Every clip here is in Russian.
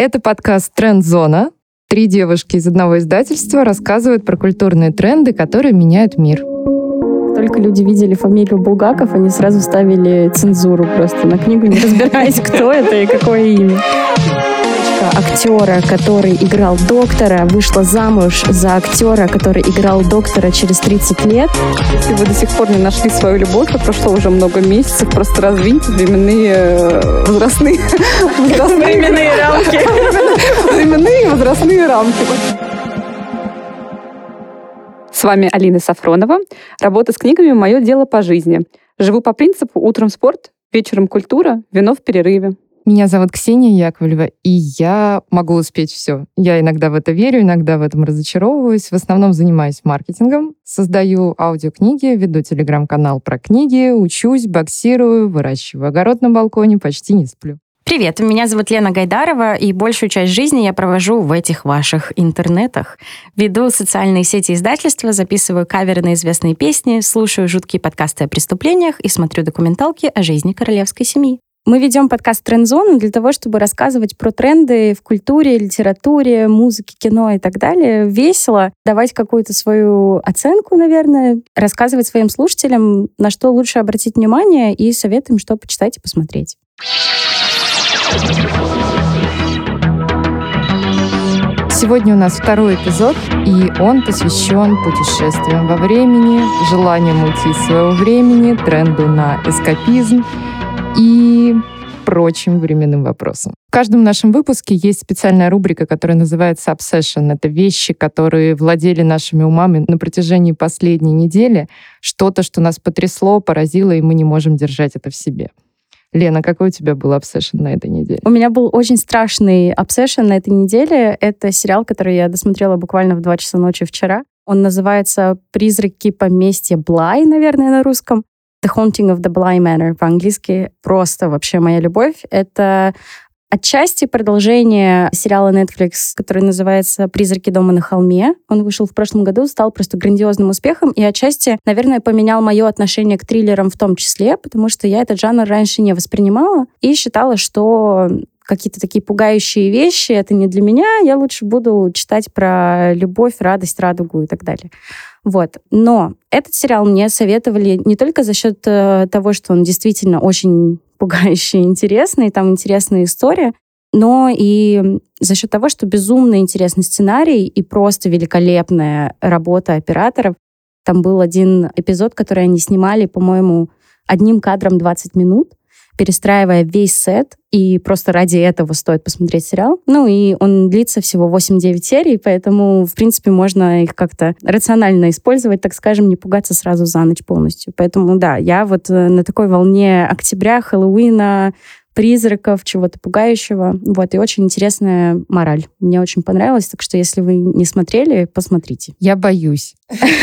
Это подкаст «Тренд-зона». 3 девушки из одного издательства рассказывают про культурные тренды, которые меняют мир. Только люди видели фамилию Булгаков, они сразу ставили цензуру просто на книгу, не разбираясь, кто это и какое имя. Актера, который играл доктора, вышла замуж за актера, который играл доктора через 30 лет. Если вы до сих пор не нашли свою любовь, а прошло уже много месяцев, просто раздвиньте временные возрастные рамки. Временные возрастные рамки. С вами Алина Сафронова. Работа с книгами — мое дело по жизни. Живу по принципу утром спорт, вечером культура, вино в перерыве. Меня зовут Ксения Яковлева, и я могу успеть все. Я иногда в это верю, иногда в этом разочаровываюсь. В основном занимаюсь маркетингом, создаю аудиокниги, веду телеграм-канал про книги, учусь, боксирую, выращиваю огород на балконе, почти не сплю. Привет, меня зовут Лена Гайдарова, и большую часть жизни я провожу в этих ваших интернетах. Веду социальные сети издательства, записываю каверы на известные песни, слушаю жуткие подкасты о преступлениях и смотрю документалки о жизни королевской семьи. Мы ведем подкаст «Тренд-зона» для того, чтобы рассказывать про тренды в культуре, литературе, музыке, кино и так далее. Весело, давать какую-то свою оценку, наверное, рассказывать своим слушателям, на что лучше обратить внимание, и советуем, что почитать и посмотреть. Сегодня у нас 2-й эпизод, и он посвящен путешествиям во времени, желаниям уйти из своего времени, тренду на эскапизм и прочим временным вопросам. В каждом нашем выпуске есть специальная рубрика, которая называется «Obsession». Это вещи, которые владели нашими умами на протяжении последней недели, что-то, что нас потрясло, поразило, и мы не можем держать это в себе. Лена, какой у тебя был обсессион на этой неделе? У меня был очень страшный обсессион на этой неделе. Это сериал, который я досмотрела буквально в 2 часа ночи вчера. Он называется «Призраки поместья Блай», наверное, на русском. The Haunting of the Bly Manor по-английски. Просто вообще моя любовь. Это отчасти продолжение сериала Netflix, который называется «Призраки дома на холме». Он вышел в прошлом году, стал просто грандиозным успехом и отчасти, наверное, поменял мое отношение к триллерам в том числе, потому что я этот жанр раньше не воспринимала и считала, что какие-то такие пугающие вещи — это не для меня, я лучше буду читать про любовь, радость, радугу и так далее. Вот. Но этот сериал мне советовали не только за счет того, что он действительно очень пугающий и интересный, там интересная история, но и за счет того, что безумно интересный сценарий и просто великолепная работа операторов. Там был один эпизод, который они снимали, по-моему, одним кадром 20 минут, перестраивая весь сет, и просто ради этого стоит посмотреть сериал. Ну и он длится всего 8-9 серий, поэтому, в принципе, можно их как-то рационально использовать, так скажем, не пугаться сразу за ночь полностью. Поэтому, да, я вот на такой волне октября, Хэллоуина, призраков, чего-то пугающего. Вот, и очень интересная мораль. Мне очень понравилось, так что если вы не смотрели, посмотрите. Я боюсь.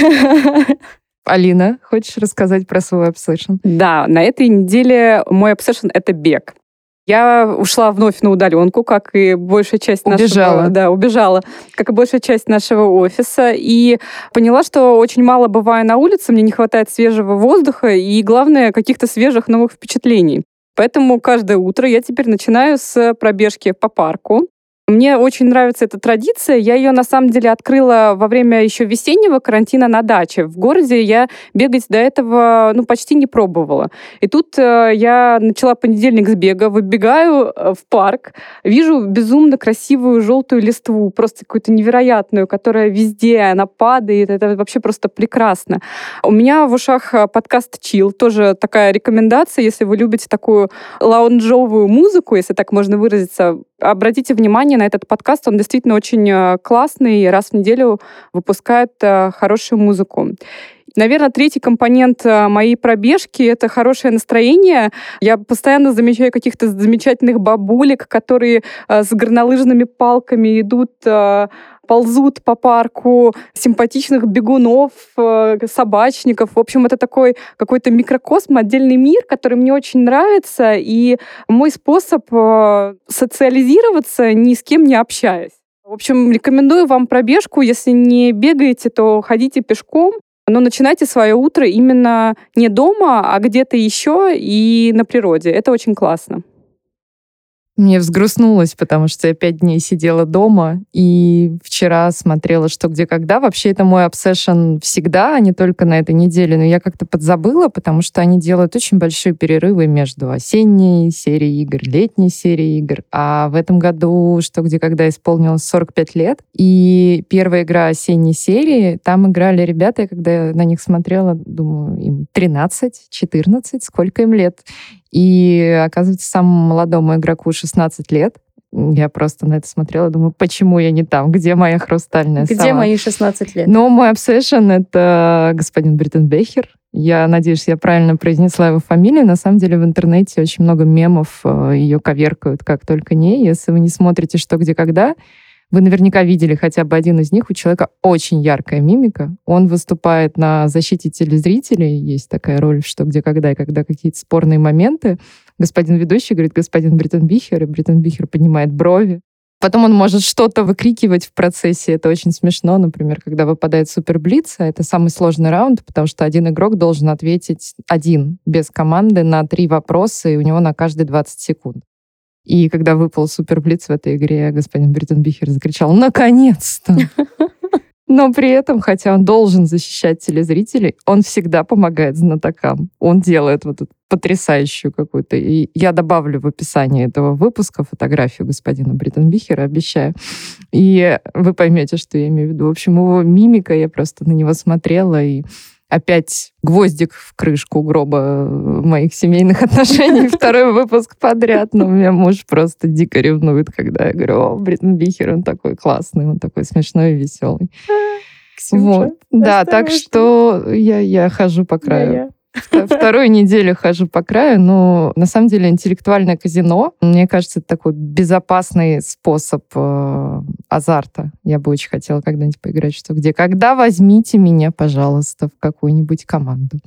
Алина, хочешь рассказать про свой обсессион? Да, на этой неделе мой обсессион — это бег. Я ушла вновь на удаленку, как и большая часть убежала, как и большая часть нашего офиса, и поняла, что очень мало бываю на улице, мне не хватает свежего воздуха и, главное, каких-то свежих новых впечатлений. Поэтому каждое утро я теперь начинаю с пробежки по парку. Мне очень нравится эта традиция. Я ее, на самом деле, открыла во время еще весеннего карантина на даче. В городе я бегать до этого почти не пробовала. И тут я начала понедельник с бега, выбегаю в парк, вижу безумно красивую желтую листву, просто какую-то невероятную, которая везде, она падает. Это вообще просто прекрасно. У меня в ушах подкаст «Chill», тоже такая рекомендация, если вы любите такую лаунжовую музыку, если так можно выразиться. Обратите внимание на этот подкаст, он действительно очень классный, раз в неделю выпускает хорошую музыку. Наверное, 3-й компонент моей пробежки — это хорошее настроение. Я постоянно замечаю каких-то замечательных бабулек, которые с горнолыжными палками идут, ползут по парку, симпатичных бегунов, собачников. В общем, это такой какой-то микрокосм, отдельный мир, который мне очень нравится, и мой способ социализироваться, ни с кем не общаясь. В общем, рекомендую вам пробежку. Если не бегаете, то ходите пешком. Но начинайте свое утро именно не дома, а где-то еще и на природе. Это очень классно. Мне взгрустнулось, потому что я 5 дней сидела дома, и вчера смотрела «Что, где, когда». Вообще, это мой обсессион всегда, а не только на этой неделе. Но я как-то подзабыла, потому что они делают очень большие перерывы между осенней серией игр, летней серией игр. А в этом году «Что, где, когда» исполнилось 45 лет. И первая игра осенней серии, там играли ребята, и когда я на них смотрела, думаю, им 13, 14, сколько им лет. И, оказывается, самому молодому игроку 16 лет. Я просто на это смотрела, думаю, почему я не там? Где моя хрустальная сова? Где мои 16 лет? Но мой обсессион — это господин Бриттенбехер. Я надеюсь, я правильно произнесла его фамилию. На самом деле в интернете очень много мемов ее коверкают, как только не. Если вы не смотрите «Что, где, когда», вы наверняка видели хотя бы один из них. У человека очень яркая мимика. Он выступает на защите телезрителей. Есть такая роль «Что, где, когда», и когда какие-то спорные моменты. Господин ведущий говорит «господин Бриттенбехер», и Бриттенбехер поднимает брови. Потом он может что-то выкрикивать в процессе. Это очень смешно. Например, когда выпадает суперблиц, а это самый сложный раунд, потому что один игрок должен ответить один, без команды, на 3 вопроса, и у него на каждый 20 секунд. И когда выпал суперблиц в этой игре, господин Бриттенбехер закричал «Наконец-то!». Но при этом, хотя он должен защищать телезрителей, он всегда помогает знатокам. Он делает вот эту потрясающую какую-то... И я добавлю в описании этого выпуска фотографию господина Бриттенбехера, обещаю. И вы поймете, что я имею в виду. В общем, его мимика, я просто на него смотрела, и опять гвоздик в крышку гроба моих семейных отношений. 2-й выпуск подряд. Но у меня муж просто дико ревнует, когда я говорю: «О, Бриттенбехер, он такой классный, он такой смешной и веселый». Ксюша, вот. Да, так что я хожу по краю. 2-ю неделю хожу по краю, но на самом деле интеллектуальное казино, мне кажется, это такой безопасный способ азарта. Я бы очень хотела когда-нибудь поиграть «Что, где, когда». Возьмите меня, пожалуйста, в какую-нибудь команду.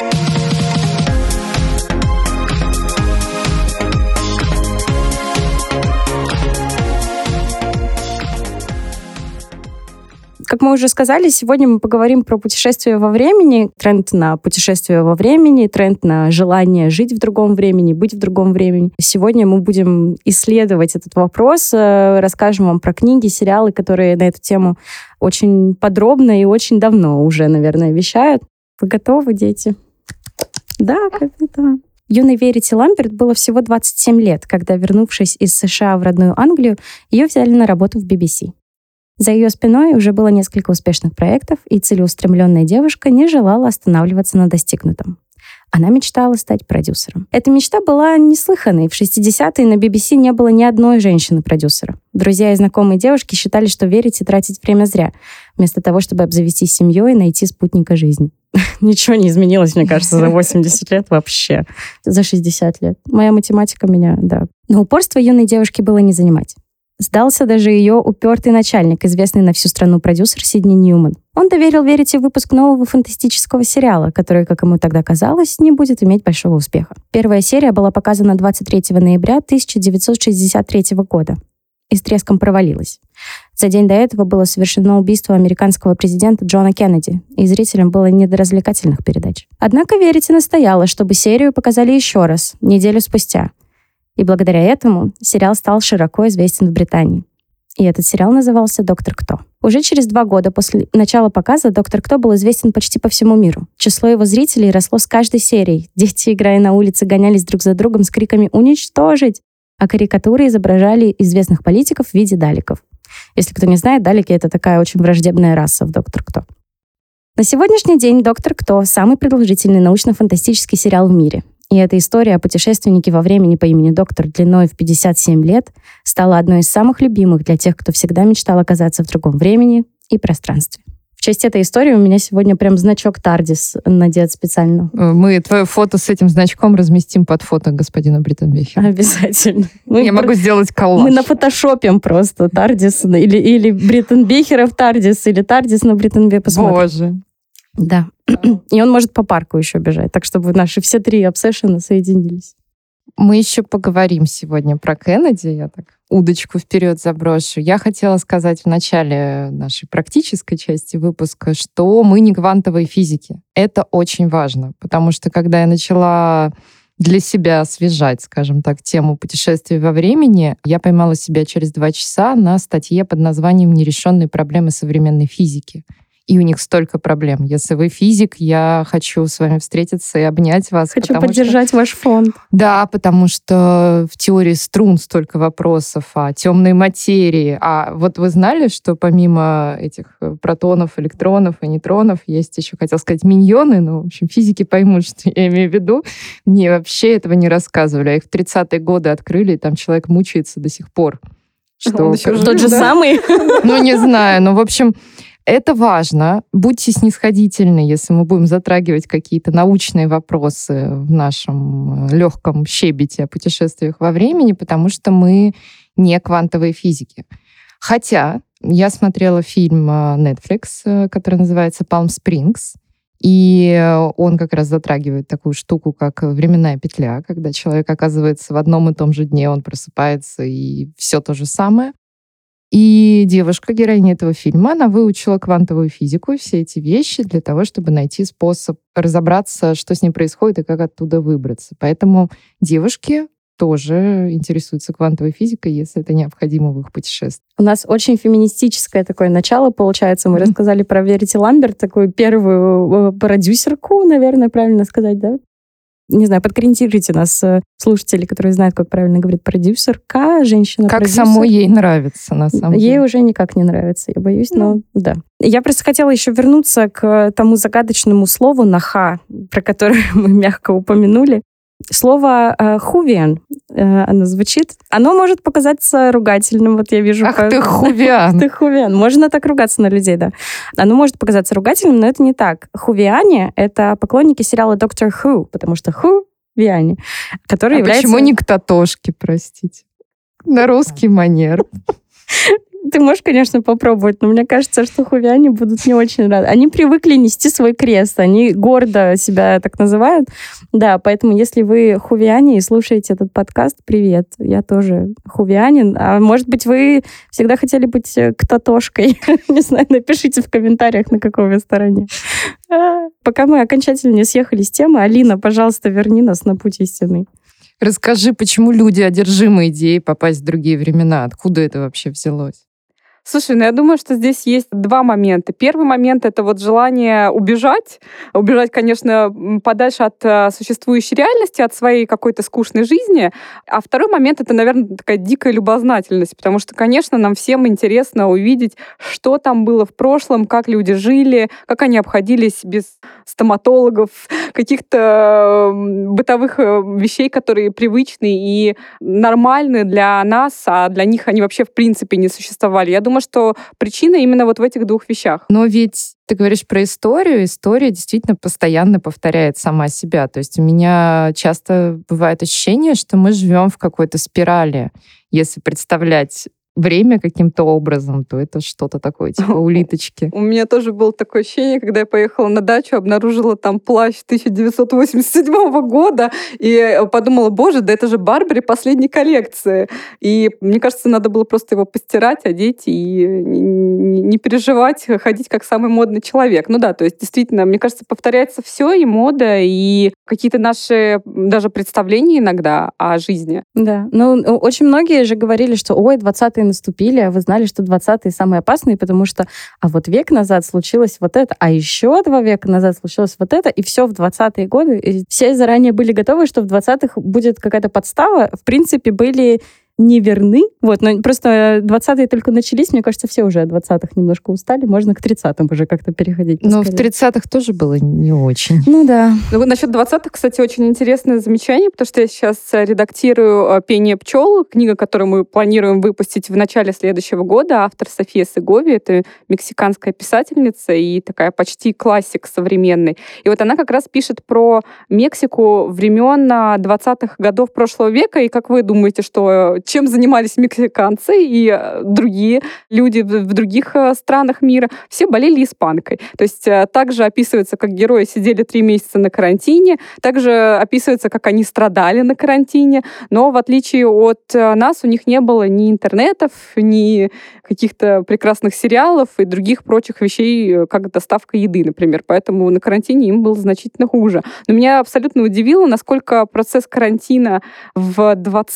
Как мы уже сказали, сегодня мы поговорим про путешествие во времени, тренд на путешествие во времени, тренд на желание жить в другом времени, быть в другом времени. Сегодня мы будем исследовать этот вопрос, расскажем вам про книги, сериалы, которые на эту тему очень подробно и очень давно уже, наверное, вещают. Вы готовы, дети? Да, капитан. Юной Верите Ламберт было всего 27 лет, когда, вернувшись из США в родную Англию, ее взяли на работу в BBC. За ее спиной уже было несколько успешных проектов, и целеустремленная девушка не желала останавливаться на достигнутом. Она мечтала стать продюсером. Эта мечта была неслыханной. В 60-е на BBC не было ни одной женщины-продюсера. Друзья и знакомые девушки считали, что Верите тратить время зря, вместо того, чтобы обзавестись семьей и найти спутника жизни. Ничего не изменилось, мне кажется, за 80 лет вообще. За 60 лет. Моя математика меня, да. Но упорство юной девушки было не занимать. Сдался даже ее упертый начальник, известный на всю страну продюсер Сидни Ньюман. Он доверил Верите выпуск нового фантастического сериала, который, как ему тогда казалось, не будет иметь большого успеха. Первая серия была показана 23 ноября 1963 года и с треском провалилась. За день до этого было совершено убийство американского президента Джона Кеннеди, и зрителям было не до развлекательных передач. Однако Верите настояла, чтобы серию показали еще раз, неделю спустя. И благодаря этому сериал стал широко известен в Британии. И этот сериал назывался «Доктор Кто». Уже через 2 года после начала показа «Доктор Кто» был известен почти по всему миру. Число его зрителей росло с каждой серией. Дети, играя на улице, гонялись друг за другом с криками «Уничтожить!», а карикатуры изображали известных политиков в виде далеков. Если кто не знает, далеки — это такая очень враждебная раса в «Доктор Кто». На сегодняшний день «Доктор Кто» — самый продолжительный научно-фантастический сериал в мире. И эта история о путешественнике во времени по имени Доктор длиной в 57 лет стала одной из самых любимых для тех, кто всегда мечтал оказаться в другом времени и пространстве. В честь этой истории у меня сегодня прям значок TARDIS надет специально. Мы твое фото с этим значком разместим под фото господина Бриттенбехера. Обязательно. Я могу сделать коллаж. Мы нафотошопим просто TARDIS или Бриттенбехера в TARDIS, или TARDIS на Бриттенбехера. Посмотрим. Боже. Да. И он может по парку еще бежать, так чтобы наши все 3 обсессиона соединились. Мы еще поговорим сегодня про Кеннеди. Я так удочку вперед заброшу. Я хотела сказать в начале нашей практической части выпуска, что мы не квантовые физики. Это очень важно, потому что когда я начала для себя освежать, скажем так, тему путешествий во времени, я поймала себя через 2 часа на статье под названием «Нерешенные проблемы современной физики». И у них столько проблем. Если вы физик, я хочу с вами встретиться и обнять вас. Хочу поддержать ваш фонд. Да, потому что в теории струн столько вопросов о темной материи. А вот вы знали, что помимо этих протонов, электронов и нейтронов есть еще, хотел сказать, миньоны, но, в общем, физики поймут, что я имею в виду. Мне вообще этого не рассказывали. А их в 30-е годы открыли, и там человек мучается до сих пор. Что тот же самый? Ну, не знаю. Но, в общем, это важно. Будьте снисходительны, если мы будем затрагивать какие-то научные вопросы в нашем легком щебете о путешествиях во времени, потому что мы не квантовые физики. Хотя я смотрела фильм Netflix, который называется «Palm Springs», и он как раз затрагивает такую штуку, как временная петля, когда человек оказывается в одном и том же дне, он просыпается, и все то же самое. И девушка, героиня этого фильма, она выучила квантовую физику и все эти вещи для того, чтобы найти способ разобраться, что с ним происходит и как оттуда выбраться. Поэтому девушки тоже интересуются квантовой физикой, если это необходимо в их путешествии. У нас очень феминистическое такое начало, получается. Мы рассказали про Верити Ламберт, такую первую продюсерку, наверное, правильно сказать, да? Не знаю, подкорректируйте нас, слушатели, которые знают, как правильно говорит продюсерка, женщина-продюсер. Как самой ей нравится, на самом деле. Ей уже никак не нравится, я боюсь, но да. Я просто хотела еще вернуться к тому загадочному слову «наха», про которое мы мягко упомянули. Слово «хувиан», оно звучит, оно может показаться ругательным, вот я вижу. Ах ты хувиан! Ты хувиан. Можно так ругаться на людей, да. Оно может показаться ругательным, но это не так. Хувиане — это поклонники сериала «Доктор Ху», потому что хувиане, который является... Почему не к Татошке, простите? На русский манер. Ты можешь, конечно, попробовать, но мне кажется, что хувиане будут не очень рады. Они привыкли нести свой крест, они гордо себя так называют. Да, поэтому если вы хувиане и слушаете этот подкаст, привет, я тоже хувианин. А может быть, вы всегда хотели быть ктатошкой? Не знаю, напишите в комментариях, на какой вы стороне. Пока мы окончательно не съехали с темы, Алина, пожалуйста, верни нас на путь истины. Расскажи, почему люди одержимы идеей попасть в другие времена? Откуда это вообще взялось? Слушай, я думаю, что здесь есть 2 момента. Первый момент — это вот желание убежать. Убежать, конечно, подальше от существующей реальности, от своей какой-то скучной жизни. А второй момент — это, наверное, такая дикая любознательность, потому что, конечно, нам всем интересно увидеть, что там было в прошлом, как люди жили, как они обходились без стоматологов, каких-то бытовых вещей, которые привычны и нормальны для нас, а для них они вообще в принципе не существовали. Я думаю, что причина именно вот в этих 2 вещах. Но ведь ты говоришь про историю. История действительно постоянно повторяет сама себя. То есть у меня часто бывает ощущение, что мы живем в какой-то спирали. Если представлять время каким-то образом, то это что-то такое, типа улиточки. У меня тоже было такое ощущение, когда я поехала на дачу, обнаружила там плащ 1987 года, и подумала, боже, да это же Барбари последней коллекции. И мне кажется, надо было просто его постирать, одеть и не переживать, ходить как самый модный человек. Ну да, то есть действительно, мне кажется, повторяется все, и мода, и какие-то наши даже представления иногда о жизни. Да, ну очень многие же говорили, что ой, 20-е наступили, а вы знали, что 20-е самые опасные, потому что вот век назад случилось вот это, а еще 2 века назад случилось вот это, и все в 20-е годы. И все заранее были готовы, что в 20-х будет какая-то подстава. В принципе, были неверны. Вот, но просто 20-е только начались, мне кажется, все уже от 20-х немножко устали, можно к 30-м уже как-то переходить. Но в 30-х тоже было не очень. Ну да. Ну, насчет 20-х, кстати, очень интересное замечание, потому что я сейчас редактирую «Пение пчел», книга, которую мы планируем выпустить в начале следующего года. Автор София Сегови, это мексиканская писательница и такая почти классик современный. И вот она как раз пишет про Мексику времен 20-х годов прошлого века, и как вы думаете, что чем занимались мексиканцы и другие люди в других странах мира. Все болели испанкой. То есть также описывается, как герои сидели 3 месяца на карантине, также описывается, как они страдали на карантине, но в отличие от нас у них не было ни интернетов, ни каких-то прекрасных сериалов и других прочих вещей, как доставка еды, например. Поэтому на карантине им было значительно хуже. Но меня абсолютно удивило, насколько процесс карантина в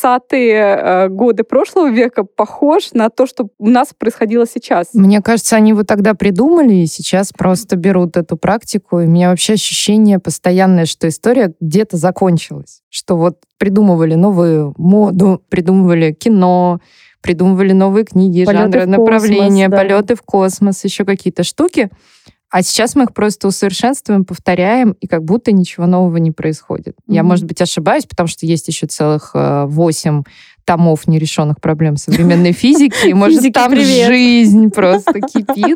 20-е годы прошлого века похож на то, что у нас происходило сейчас. Мне кажется, они его тогда придумали, и сейчас просто берут эту практику. И у меня вообще ощущение постоянное, что история где-то закончилась. Что вот придумывали новую моду, придумывали кино, придумывали новые книги, жанры, направления, полеты в космос, еще какие-то штуки. А сейчас мы их просто усовершенствуем, повторяем, и как будто ничего нового не происходит. Я, может быть, ошибаюсь, потому что есть еще целых 8 томов нерешенных проблем современной физики, и, может, там жизнь просто кипит.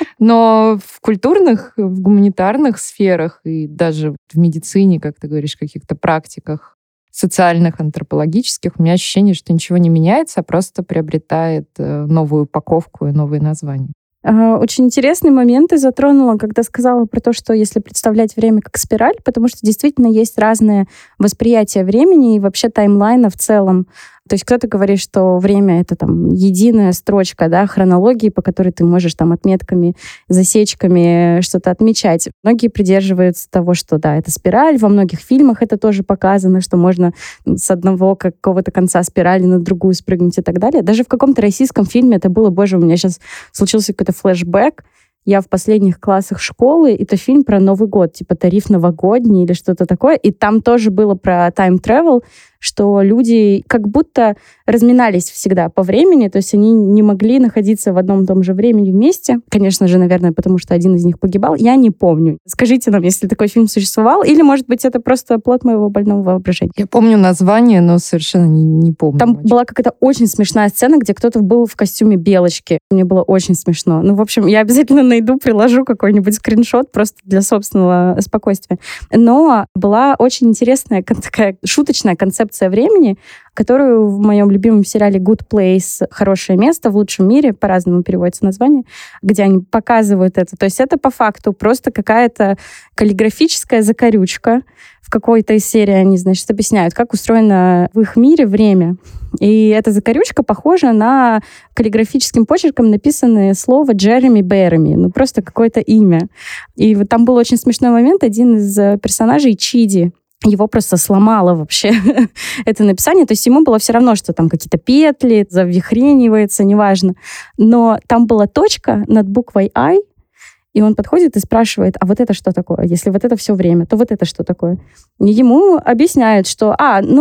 Но в культурных, в гуманитарных сферах и даже в медицине, как ты говоришь, каких-то практиках социальных, антропологических, у меня ощущение, что ничего не меняется, а просто приобретает новую упаковку и новые названия. Очень интересный момент ты затронула, когда сказала про то, что если представлять время как спираль, потому что действительно есть разное восприятие времени и вообще таймлайна в целом. То есть кто-то говорит, что время — это там единая строчка, да, хронологии, по которой ты можешь там отметками, засечками что-то отмечать. Многие придерживаются того, что да, это спираль. Во многих фильмах это тоже показано, что можно с одного какого-то конца спирали на другую спрыгнуть и так далее. Даже в каком-то российском фильме это было, боже, у меня сейчас случился какой-то флешбэк. Я в последних классах школы, это фильм про Новый год, типа «Тариф новогодний» или что-то такое. И там тоже было про time-travel, что люди как будто разминались всегда по времени, то есть они не могли находиться в одном и том же времени вместе. Конечно же, наверное, потому что один из них погибал. Я не помню. Скажите нам, если такой фильм существовал, или, может быть, это просто плод моего больного воображения. Я помню название, но совершенно не помню. Там была какая-то очень смешная сцена, где кто-то был в костюме Белочки. Мне было очень смешно. Ну, в общем, я обязательно найду, приложу какой-нибудь скриншот просто для собственного спокойствия. Но была очень интересная такая шуточная концепция времени, которую в моем любимом сериале Good Place, «Хорошее место в лучшем мире», по-разному переводится название, где они показывают это. То есть это по факту просто какая-то каллиграфическая закорючка. В какой-то из серий они, значит, объясняют, как устроено в их мире время. И эта закорючка похожа на каллиграфическим почерком написанное слово Джереми Береми. Ну, просто какое-то имя. И вот там был очень смешной момент. Один из персонажей, Чиди, его просто сломало вообще это написание. То есть ему было все равно, что там какие-то петли, завихренивается, неважно. Но там была точка над буквой I, и он подходит и спрашивает, а вот это что такое? Если вот это все время, то вот это что такое? И ему объясняют, что,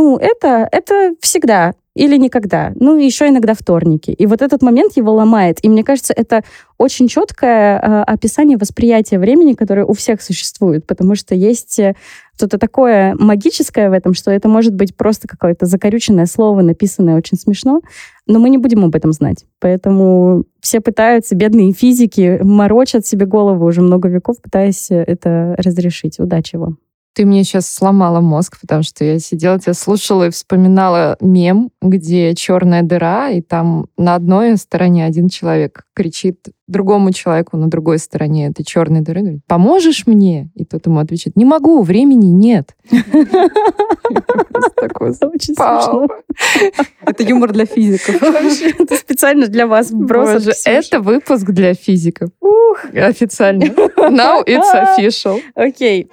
это всегда или никогда. Ну, еще иногда вторники. И вот этот момент его ломает. И мне кажется, это очень четкое описание восприятия времени, которое у всех существует, потому что есть что-то такое магическое в этом, что это может быть просто какое-то закорюченное слово, написанное очень смешно, но мы не будем об этом знать. Поэтому все пытаются, бедные физики, морочат себе голову уже много веков, пытаясь это разрешить. Удачи вам. Ты мне сейчас сломала мозг, потому что я сидела, тебя слушала и вспоминала мем, где черная дыра, и там на одной стороне один человек кричит другому человеку на другой стороне этой черной дыры, говорит, поможешь мне? И тот ему отвечает, не могу, времени нет. Очень смешно. Это юмор для физиков. Это специально для вас. Боже, это выпуск для физиков. Официально. Now it's official. Окей.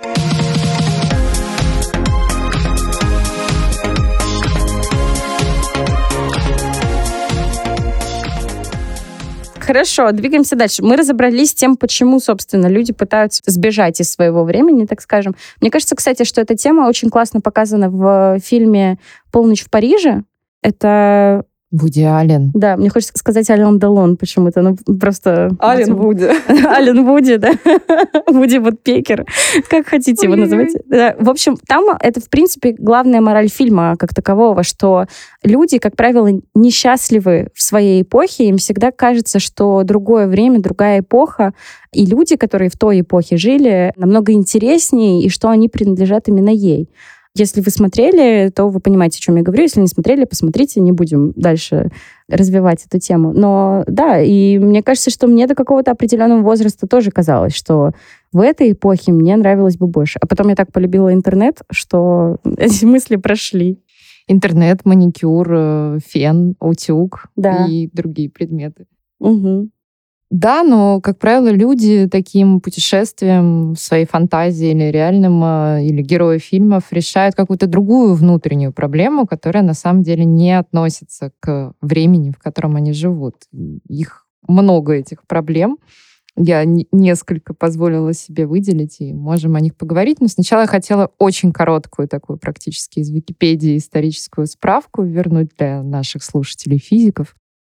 Хорошо, двигаемся дальше. Мы разобрались с тем, почему, собственно, люди пытаются сбежать из своего времени, так скажем. Мне кажется, кстати, что эта тема очень классно показана в фильме «Полночь в Париже». Это... Вуди Аллен. Да, мне хочется сказать Ален Делон почему-то. Ну, просто... Ален Вуди. Ален Вуди, да. Вуди Вудпекер. Как хотите его называть. Да. В общем, там это, в принципе, главная мораль фильма как такового, что люди, как правило, несчастливы в своей эпохе. Им всегда кажется, что другое время, другая эпоха, и люди, которые в той эпохе жили, намного интереснее, и что они принадлежат именно ей. Если вы смотрели, то вы понимаете, о чем я говорю. Если не смотрели, посмотрите, не будем дальше развивать эту тему. Но да, и мне кажется, что мне до какого-то определенного возраста тоже казалось, что в этой эпохе мне нравилось бы больше. А потом я так полюбила интернет, что эти мысли прошли. Интернет, маникюр, фен, утюг и другие предметы. Угу. Да, но, как правило, люди таким путешествием в своей фантазии или реальным, или герои фильмов решают какую-то другую внутреннюю проблему, которая на самом деле не относится к времени, в котором они живут. Их много, этих проблем. Я несколько позволила себе выделить, и можем о них поговорить. Но сначала я хотела очень короткую такую, практически из Википедии, историческую справку вернуть для наших слушателей-физиков.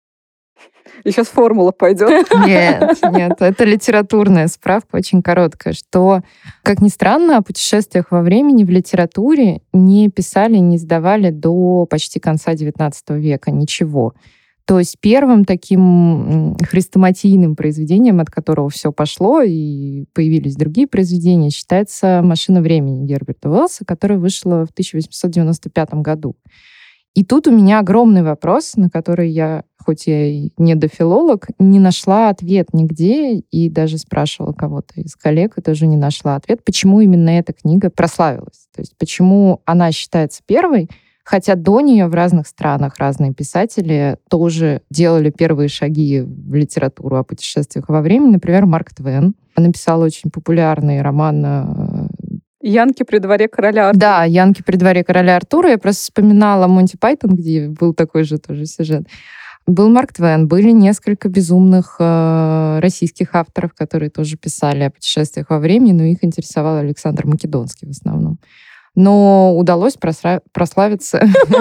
И сейчас формула пойдет. Нет, это литературная справка, очень короткая, что, как ни странно, о путешествиях во времени в литературе не писали, не издавали до почти конца XIX века ничего. То есть первым таким хрестоматийным произведением, от которого все пошло, и появились другие произведения, считается «Машина времени» Герберта Уэллса, которая вышла в 1895 году. И тут у меня огромный вопрос, на который я, хоть я и недофилолог, не нашла ответ нигде, и даже спрашивала кого-то из коллег, и тоже не нашла ответ, почему именно эта книга прославилась. То есть почему она считается первой, хотя до нее в разных странах разные писатели тоже делали первые шаги в литературу о путешествиях во времени. Например, Марк Твен написал очень популярный роман «Янки при дворе короля Артура». Да, «Янки при дворе короля Артура». Я просто вспоминала Монти Пайтон, где был такой же тоже сюжет. Был Марк Твен, были несколько безумных российских авторов, которые тоже писали о путешествиях во времени, но их интересовал Александр Македонский в основном. Но удалось прославиться.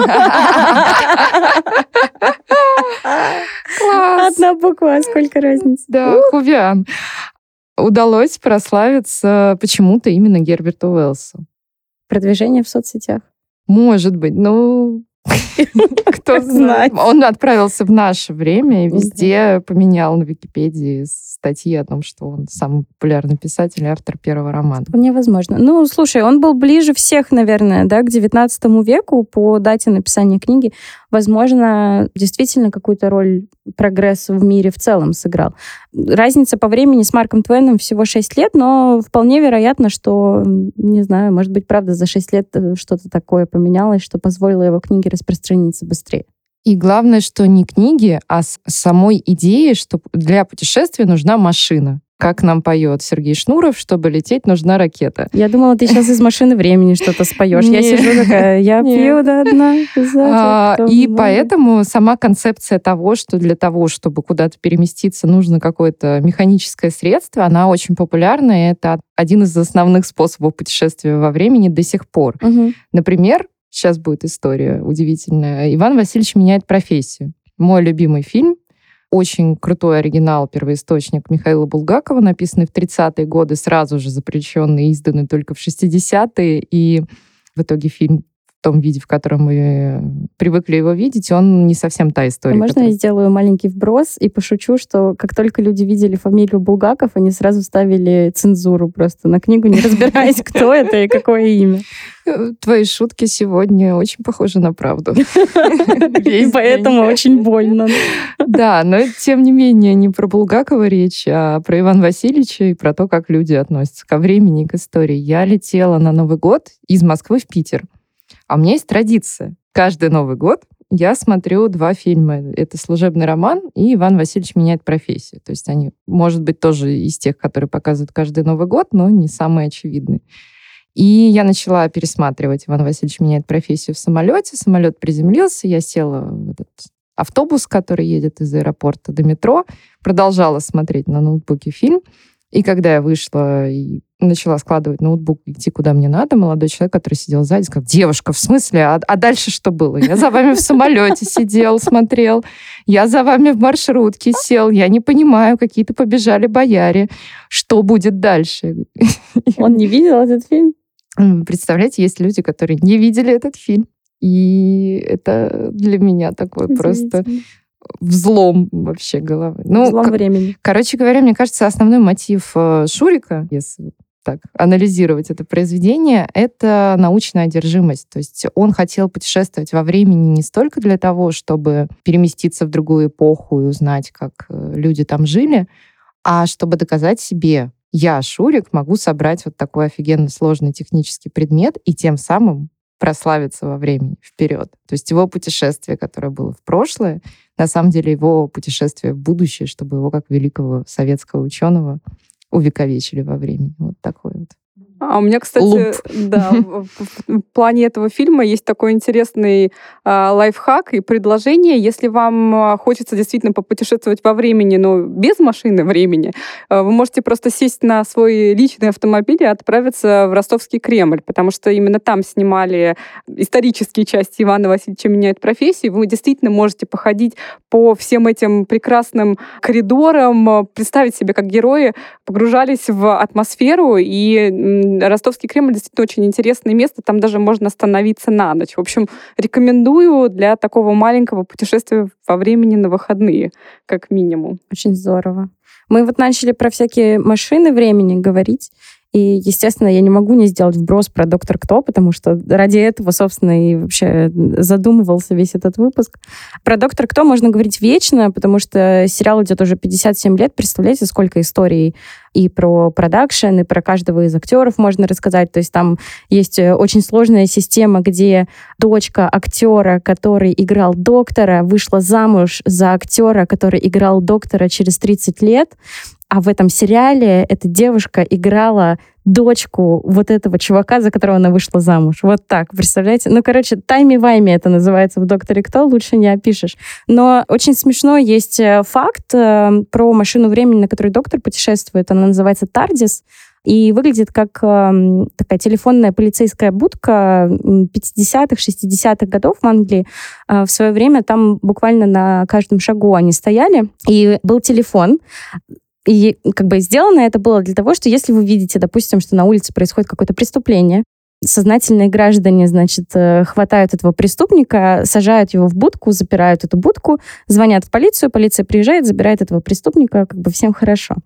Класс! Одна буква, сколько разниц. Да, Хувиан. Удалось прославиться почему-то именно Герберту Уэллсу. Продвижение в соцсетях? Может быть, но кто знает. Он отправился в наше время и везде поменял на Википедии статьи о том, что он самый популярный писатель и автор первого романа. Невозможно. Ну, слушай, он был ближе всех, наверное, да, к XIX веку по дате написания книги. Возможно, действительно какую-то роль прогресс в мире в целом сыграл. Разница по времени с Марком Твеном всего 6 лет, но вполне вероятно, что, не знаю, может быть, правда, за 6 лет что-то такое поменялось, что позволило его книге распространиться быстрее. И главное, что не книги, а самой идеи, что для путешествия нужна машина. Как нам поет Сергей Шнуров, чтобы лететь, нужна ракета. Я думала, ты сейчас из «Машины времени» что-то споешь. Я сижу такая, я пью до дна. И поэтому сама концепция того, что для того, чтобы куда-то переместиться, нужно какое-то механическое средство, она очень популярна, и это один из основных способов путешествия во времени до сих пор. Например, сейчас будет история удивительная. Иван Васильевич меняет профессию. Мой любимый фильм. Очень крутой оригинал, первоисточник Михаила Булгакова, написанный в 30-е годы, сразу же запрещенный, изданный только в 60-е. И в итоге фильм в том виде, в котором мы привыкли его видеть, он не совсем та история. Можно я сделаю маленький вброс и пошучу, что как только люди видели фамилию Булгаков, они сразу ставили цензуру просто на книгу, не разбираясь, кто это и какое имя. Твои шутки сегодня очень похожи на правду. И поэтому очень больно. Да, но тем не менее не про Булгакова речь, а про Ивана Васильевича и про то, как люди относятся ко времени и к истории. Я летела на Новый год из Москвы в Питер. А у меня есть традиция. Каждый Новый год я смотрю 2 фильма. Это «Служебный роман» и «Иван Васильевич меняет профессию». То есть они, может быть, тоже из тех, которые показывают каждый Новый год, но не самые очевидные. И я начала пересматривать «Иван Васильевич меняет профессию» в самолете. Самолет приземлился, я села в этот автобус, который едет из аэропорта до метро, продолжала смотреть на ноутбуке фильм. И когда я вышла и начала складывать ноутбук и идти куда мне надо, молодой человек, который сидел сзади, сказал: девушка, в смысле? А дальше что было? Я за вами в самолете сидел, смотрел. Я за вами в маршрутке сел. Я не понимаю, какие-то побежали бояре. Что будет дальше? Он не видел этот фильм? Представляете, есть люди, которые не видели этот фильм. И это для меня такой просто взлом вообще головы. Взлом времени. Короче говоря, мне кажется, основной мотив Шурика, если так анализировать это произведение, это научная одержимость. То есть он хотел путешествовать во времени не столько для того, чтобы переместиться в другую эпоху и узнать, как люди там жили, а чтобы доказать себе, я, Шурик, могу собрать вот такой офигенно сложный технический предмет и тем самым прославиться во времени вперед. То есть его путешествие, которое было в прошлое, на самом деле его путешествие в будущее, чтобы его как великого советского ученого увековечили во времени. Вот такой вот. А у меня, кстати, да, в плане этого фильма есть такой интересный лайфхак и предложение. Если вам хочется действительно попутешествовать во времени, но без машины времени, вы можете просто сесть на свой личный автомобиль и отправиться в Ростовский Кремль, потому что именно там снимали исторические части «Ивана Васильевича меняет профессию». Вы действительно можете походить по всем этим прекрасным коридорам, представить себе, как герои погружались в атмосферу, и Ростовский Кремль действительно очень интересное место, там даже можно остановиться на ночь. В общем, рекомендую для такого маленького путешествия во времени на выходные, как минимум. Очень здорово. Мы вот начали про всякие машины времени говорить, и, естественно, я не могу не сделать вброс про «Доктор Кто», потому что ради этого, собственно, и вообще задумывался весь этот выпуск. Про «Доктор Кто» можно говорить вечно, потому что сериал идет уже 57 лет. Представляете, сколько историй и про продакшн, и про каждого из актеров можно рассказать. То есть там есть очень сложная система, где дочка актера, который играл доктора, вышла замуж за актера, который играл доктора через 30 лет. А в этом сериале эта девушка играла дочку вот этого чувака, за которого она вышла замуж. Вот так, представляете? Ну, короче, тайми-вайми это называется в «Докторе Кто», лучше не опишешь. Но очень смешно есть факт про машину времени, на которой доктор путешествует. Она называется «Тардис». И выглядит как такая телефонная полицейская будка 50-х, 60-х годов в Англии. В свое время там буквально на каждом шагу они стояли. И был телефон. И как бы сделано это было для того, что если вы видите, допустим, что на улице происходит какое-то преступление, сознательные граждане, значит, хватают этого преступника, сажают его в будку, запирают эту будку, звонят в полицию, полиция приезжает, забирает этого преступника, как бы всем хорошо.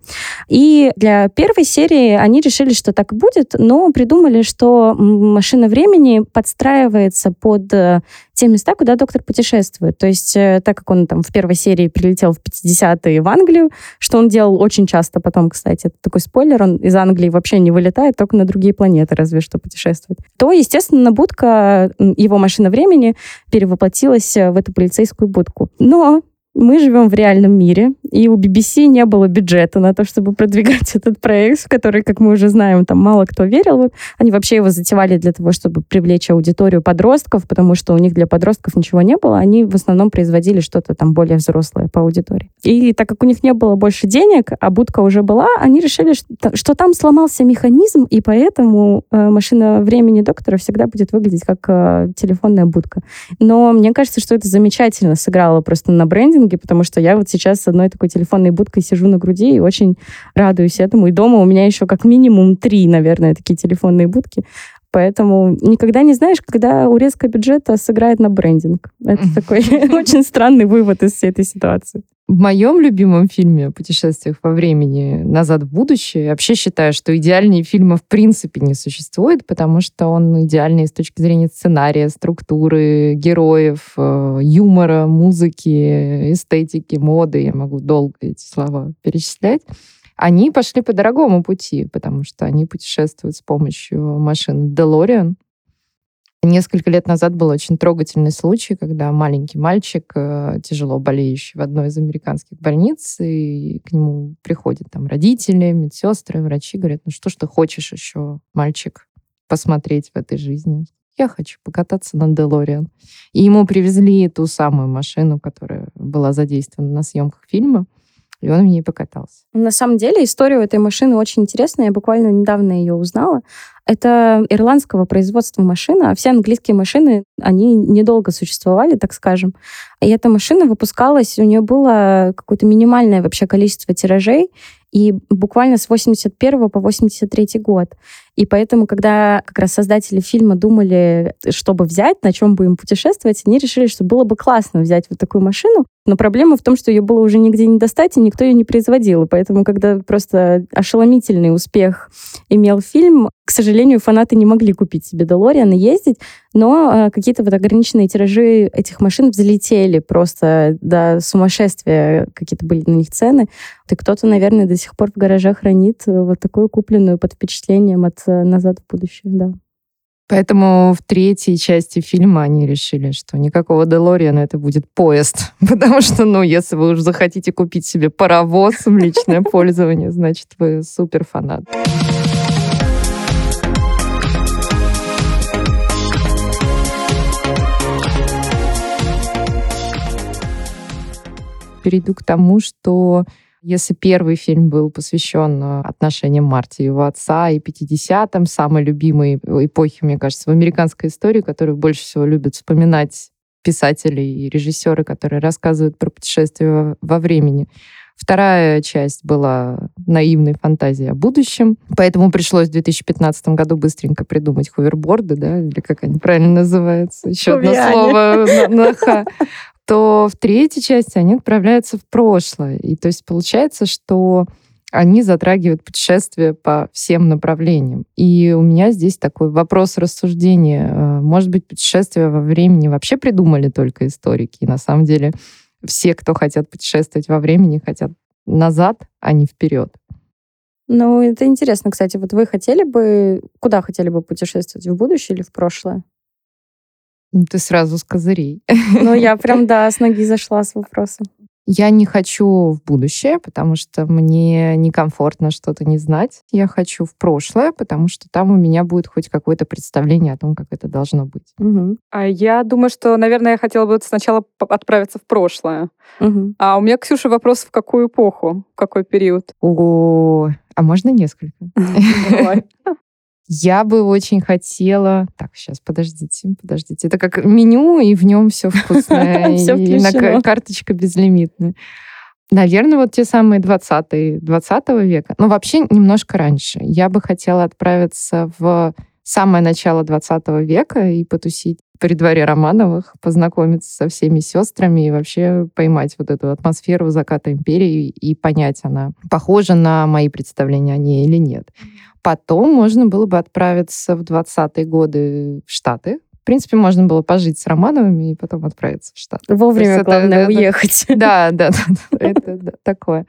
И для первой серии они решили, что так и будет, но придумали, что машина времени подстраивается под те места, куда доктор путешествует. То есть, так как он там в первой серии прилетел в 50-е в Англию, что он делал очень часто потом, кстати, это такой спойлер, он из Англии вообще не вылетает, только на другие планеты разве что путешествует, то, естественно, будка, его машина времени перевоплотилась в эту полицейскую будку. Но мы живем в реальном мире, и у BBC не было бюджета на то, чтобы продвигать этот проект, в который, как мы уже знаем, там мало кто верил. Они вообще его затевали для того, чтобы привлечь аудиторию подростков, потому что у них для подростков ничего не было. Они в основном производили что-то там более взрослое по аудитории. И так как у них не было больше денег, а будка уже была, они решили, что там сломался механизм, и поэтому машина времени доктора всегда будет выглядеть как телефонная будка. Но мне кажется, что это замечательно сыграло просто на брендинге, потому что я вот сейчас с одной такой телефонной будкой сижу на груди и очень радуюсь этому. И дома у меня еще как минимум 3, наверное, такие телефонные будки. Поэтому никогда не знаешь, когда урезка бюджета сыграет на брендинг. Это такой очень странный вывод из всей этой ситуации. В моем любимом фильме о путешествиях во времени «Назад в будущее» я вообще считаю, что идеальнее фильма в принципе не существует, потому что он идеальный с точки зрения сценария, структуры, героев, юмора, музыки, эстетики, моды. Я могу долго эти слова перечислять. Они пошли по дорогому пути, потому что они путешествуют с помощью машин DeLorean. Несколько лет назад был очень трогательный случай, когда маленький мальчик, тяжело болеющий в одной из американских больниц, и к нему приходят там родители, медсестры, врачи, говорят: ну что ж ты хочешь еще, мальчик, посмотреть в этой жизни? Я хочу покататься на DeLorean. И ему привезли ту самую машину, которая была задействована на съемках фильма, и он в ней покатался. На самом деле история у этой машины очень интересная. Я буквально недавно ее узнала. Это ирландского производства машина. Все английские машины, они недолго существовали, так скажем. И эта машина выпускалась, у нее было какое-то минимальное вообще количество тиражей. и буквально с 81 по 83 год. И поэтому, когда как раз создатели фильма думали, чтобы взять, на чем будем путешествовать, они решили, что было бы классно взять вот такую машину, но проблема в том, что ее было уже нигде не достать, и никто ее не производил. И поэтому, когда просто ошеломительный успех имел фильм, к сожалению, фанаты не могли купить себе DeLorean и ездить, но какие-то вот ограниченные тиражи этих машин взлетели просто до сумасшествия, какие-то были на них цены. И кто-то, наверное, до сих пор в гаражах хранит вот такую купленную под впечатлением от «Назад в будущее», да. Поэтому в третьей части фильма они решили, что никакого DeLorean, это будет поезд. Потому что, если вы уж захотите купить себе паровоз в личное пользование, значит, вы суперфанат. Перейду к тому, что если первый фильм был посвящен отношениям Марти и его отца и 50-м, самой любимой эпохи, мне кажется, в американской истории, которую больше всего любят вспоминать писатели и режиссеры, которые рассказывают про путешествия во времени. Вторая часть была наивной фантазией о будущем, поэтому пришлось в 2015 году быстренько придумать ховерборды, да, или как они правильно называются, еще одно слово на «х». То в третьей части они отправляются в прошлое. И то есть получается, что они затрагивают путешествия по всем направлениям. И у меня здесь такой вопрос рассуждения. Может быть, путешествия во времени вообще придумали только историки? И на самом деле все, кто хотят путешествовать во времени, хотят назад, а не вперед. Это интересно, кстати. Вот вы куда хотели бы путешествовать? В будущее или в прошлое? Ты сразу с козырей. Я прям, с ноги зашла с вопросом. Я не хочу в будущее, потому что мне некомфортно что-то не знать. Я хочу в прошлое, потому что там у меня будет хоть какое-то представление о том, как это должно быть. Угу. А я думаю, что, наверное, я хотела бы сначала отправиться в прошлое. Угу. А у меня, Ксюша, вопрос: в какую эпоху, в какой период? А можно несколько? Давай. Я бы очень хотела... Так, сейчас, подождите. Это как меню, и в нем все вкусное. И карточка безлимитная. Наверное, те самые 20 века. Вообще немножко раньше. Я бы хотела отправиться в самое начало 20 века и потусить при дворе Романовых, познакомиться со всеми сестрами и вообще поймать вот эту атмосферу заката империи и понять, она похожа на мои представления о ней или нет. Потом можно было бы отправиться в 20-е годы в Штаты. В принципе, можно было пожить с Романовыми и потом отправиться в Штаты. Вовремя, главное, уехать. Да, это такое.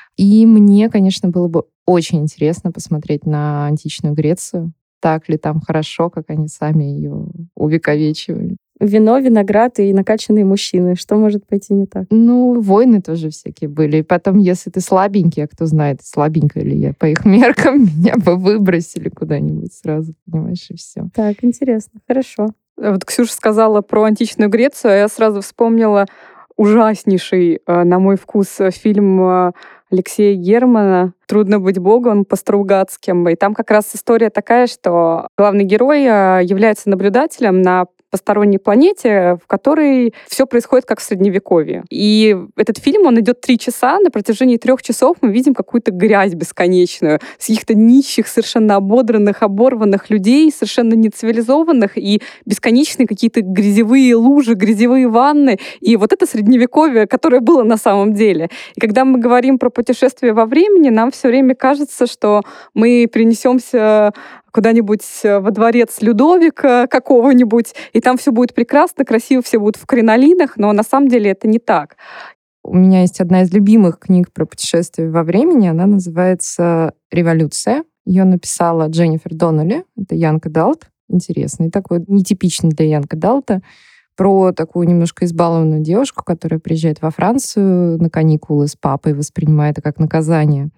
И мне, конечно, было бы очень интересно посмотреть на античную Грецию. Так ли там хорошо, как они сами ее увековечивали. Вино, виноград и накачанные мужчины. Что может пойти не так? Войны тоже всякие были. И потом, если ты слабенький, а кто знает, слабенькая ли я по их меркам, меня бы выбросили куда-нибудь сразу, понимаешь, и все. Так, интересно. Хорошо. Вот Ксюша сказала про античную Грецию, а я сразу вспомнила ужаснейший, на мой вкус, фильм Алексея Германа «Трудно быть богом» по Стругацким. И там как раз история такая, что главный герой является наблюдателем на посторонней планете, в которой все происходит как в Средневековье. И этот фильм, он идет 3 часа. На протяжении 3 часов мы видим какую-то грязь бесконечную, с каких-то нищих, совершенно ободранных, оборванных людей, совершенно нецивилизованных, и бесконечные какие-то грязевые лужи, грязевые ванны. И вот это Средневековье, которое было на самом деле. И когда мы говорим про путешествие во времени, нам все время кажется, что мы перенесемся куда-нибудь во дворец Людовика какого-нибудь, и там все будет прекрасно, красиво, все будут в кринолинах, но на самом деле это не так. У меня есть одна из любимых книг про путешествия во времени, она называется «Революция». Ее написала Дженнифер Доннелли, это Янг Адалт, интересный, такой нетипичный для Янг Адалта, про такую немножко избалованную девушку, которая приезжает во Францию на каникулы с папой, воспринимает это как наказание.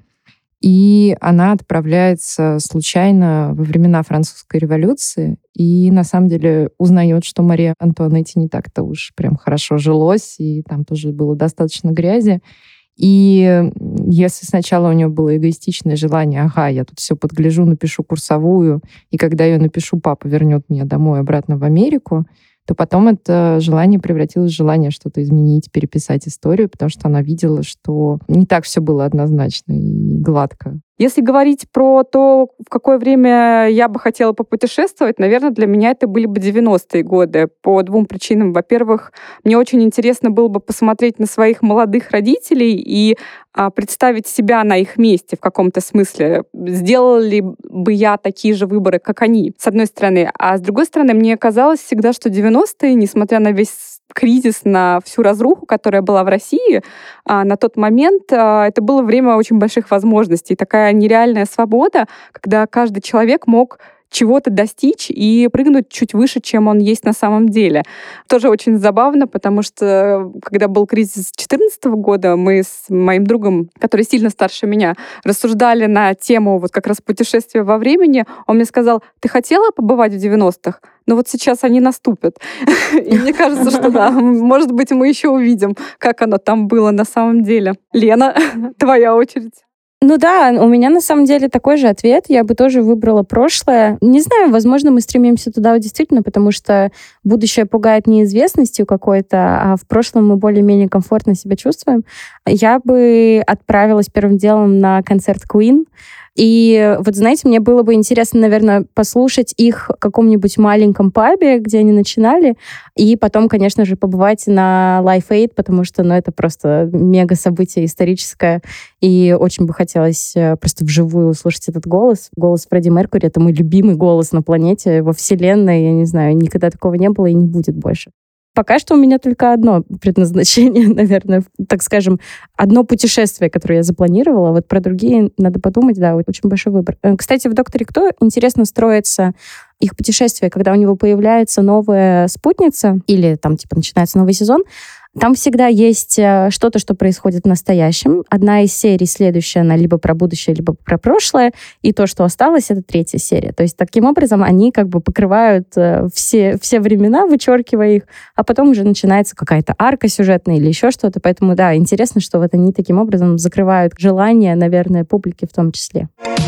И она отправляется случайно во времена Французской революции и на самом деле узнает, что Марии Антуанетте не так-то уж прям хорошо жилось, и там тоже было достаточно грязи. И если сначала у нее было эгоистичное желание, я тут все подгляжу, напишу курсовую, и когда ее напишу, папа вернет меня домой обратно в Америку, то потом это желание превратилось в желание что-то изменить, переписать историю, потому что она видела, что не так все было однозначно. И гладко. Если говорить про то, в какое время я бы хотела попутешествовать, наверное, для меня это были бы 90-е годы по двум причинам. Во-первых, мне очень интересно было бы посмотреть на своих молодых родителей и представить себя на их месте в каком-то смысле. Сделала ли бы я такие же выборы, как они, с одной стороны. А с другой стороны, мне казалось всегда, что 90-е, несмотря на весь кризис, на всю разруху, которая была в России, на тот момент это было время очень больших возможностей. Такая нереальная свобода, когда каждый человек мог чего-то достичь и прыгнуть чуть выше, чем он есть на самом деле. Тоже очень забавно, потому что когда был кризис 2014 года, мы с моим другом, который сильно старше меня, рассуждали на тему вот как раз путешествия во времени. Он мне сказал: ты хотела побывать в 90-х? Но вот сейчас они наступят. И мне кажется, что да, может быть, мы еще увидим, как оно там было на самом деле. Лена, твоя очередь. Ну да, у меня на самом деле такой же ответ. Я бы тоже выбрала прошлое. Не знаю, возможно, мы стремимся туда действительно, потому что будущее пугает неизвестностью какой-то, а в прошлом мы более-менее комфортно себя чувствуем. Я бы отправилась первым делом на концерт Queen. И вот, знаете, мне было бы интересно, наверное, послушать их в каком-нибудь маленьком пабе, где они начинали, и потом, конечно же, побывать на Live Aid, потому что, ну, это просто мега событие историческое, и очень бы хотелось просто вживую услышать этот голос. Голос Фредди Меркьюри — это мой любимый голос на планете, во Вселенной, я не знаю, никогда такого не было и не будет больше. Пока что у меня только одно предназначение, наверное, так скажем, одно путешествие, которое я запланировала. Вот про другие надо подумать, да, очень большой выбор. Кстати, в «Докторе Кто» интересно строится их путешествие, когда у него появляется новая спутница или там типа начинается новый сезон. Там всегда есть что-то, что происходит в настоящем. Одна из серий, следующая, она либо про будущее, либо про прошлое. И то, что осталось, это третья серия. То есть таким образом они как бы покрывают все времена, вычеркивая их, а потом уже начинается какая-то арка сюжетная или еще что-то. Поэтому, да, интересно, что вот они таким образом закрывают желания, наверное, публики в том числе.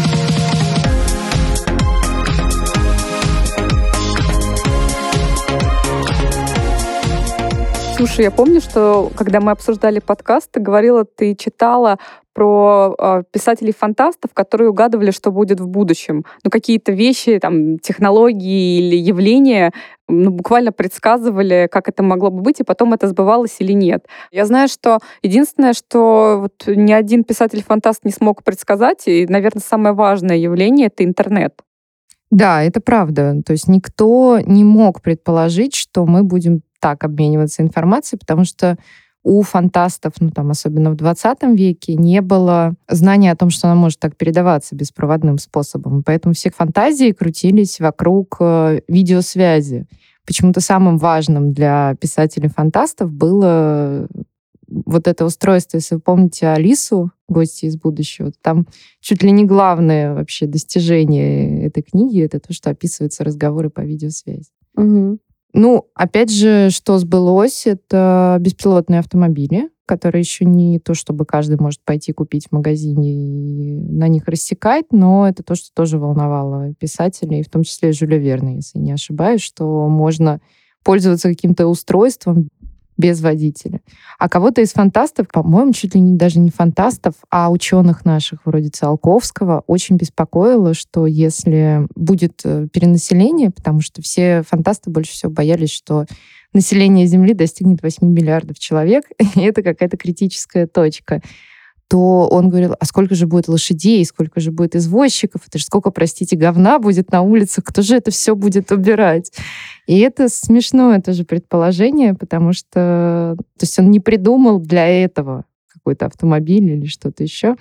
Слушай, я помню, что когда мы обсуждали подкаст, ты говорила, ты читала про писателей-фантастов, которые угадывали, что будет в будущем. Ну, какие-то вещи, там, технологии или явления, ну, буквально предсказывали, как это могло бы быть, и потом это сбывалось или нет. Я знаю, что единственное, что вот ни один писатель-фантаст не смог предсказать, и, наверное, самое важное явление — это интернет. Да, это правда. То есть никто не мог предположить, что мы будем так обмениваться информацией, потому что у фантастов, ну там особенно в 20 веке, не было знания о том, что она может так передаваться беспроводным способом. Поэтому все фантазии крутились вокруг видеосвязи. Почему-то самым важным для писателей-фантастов было вот это устройство. Если вы помните Алису, «Гости из будущего», там чуть ли не главное вообще достижение этой книги — это то, что описываются разговоры по видеосвязи. Угу. Ну, опять же, что сбылось, это беспилотные автомобили, которые еще не то, чтобы каждый может пойти купить в магазине и на них рассекать, но это то, что тоже волновало писателей, в том числе и Жюля Верна, если не ошибаюсь, что можно пользоваться каким-то устройством без водителя. А кого-то из фантастов, по-моему, чуть ли не даже не фантастов, а ученых наших, вроде Циолковского, очень беспокоило, что если будет перенаселение, потому что все фантасты больше всего боялись, что население Земли достигнет 8 миллиардов человек, и это какая-то критическая точка, то он говорил, а сколько же будет лошадей, сколько же будет извозчиков, это же сколько, простите, говна будет на улицах, кто же это все будет убирать? И это смешное тоже предположение, потому что то есть он не придумал для этого какой-то автомобиль или что-то еще,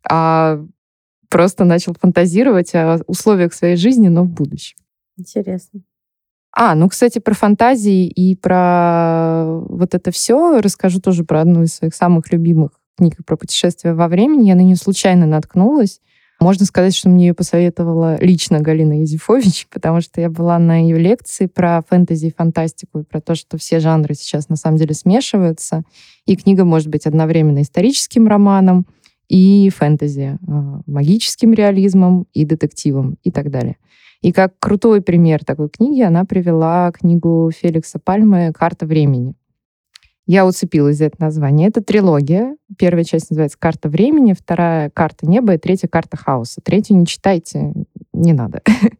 а просто начал фантазировать о условиях своей жизни, но в будущем. Интересно. Ну, кстати, про фантазии и про вот это все расскажу тоже про одну из своих самых любимых книг про путешествия во времени. Я на нее случайно наткнулась. Можно сказать, что мне ее посоветовала лично Галина Юзефович, потому что я была на ее лекции про фэнтези и фантастику, и про то, что все жанры сейчас на самом деле смешиваются. И книга может быть одновременно историческим романом и фэнтези, магическим реализмом и детективом и так далее. И как крутой пример такой книги она привела книгу Феликса Пальмы «Карта времени». Я уцепилась за это название. Это трилогия. Первая часть называется «Карта времени», вторая «Карта неба» и третья «Карта хаоса». Третью не читайте, не надо.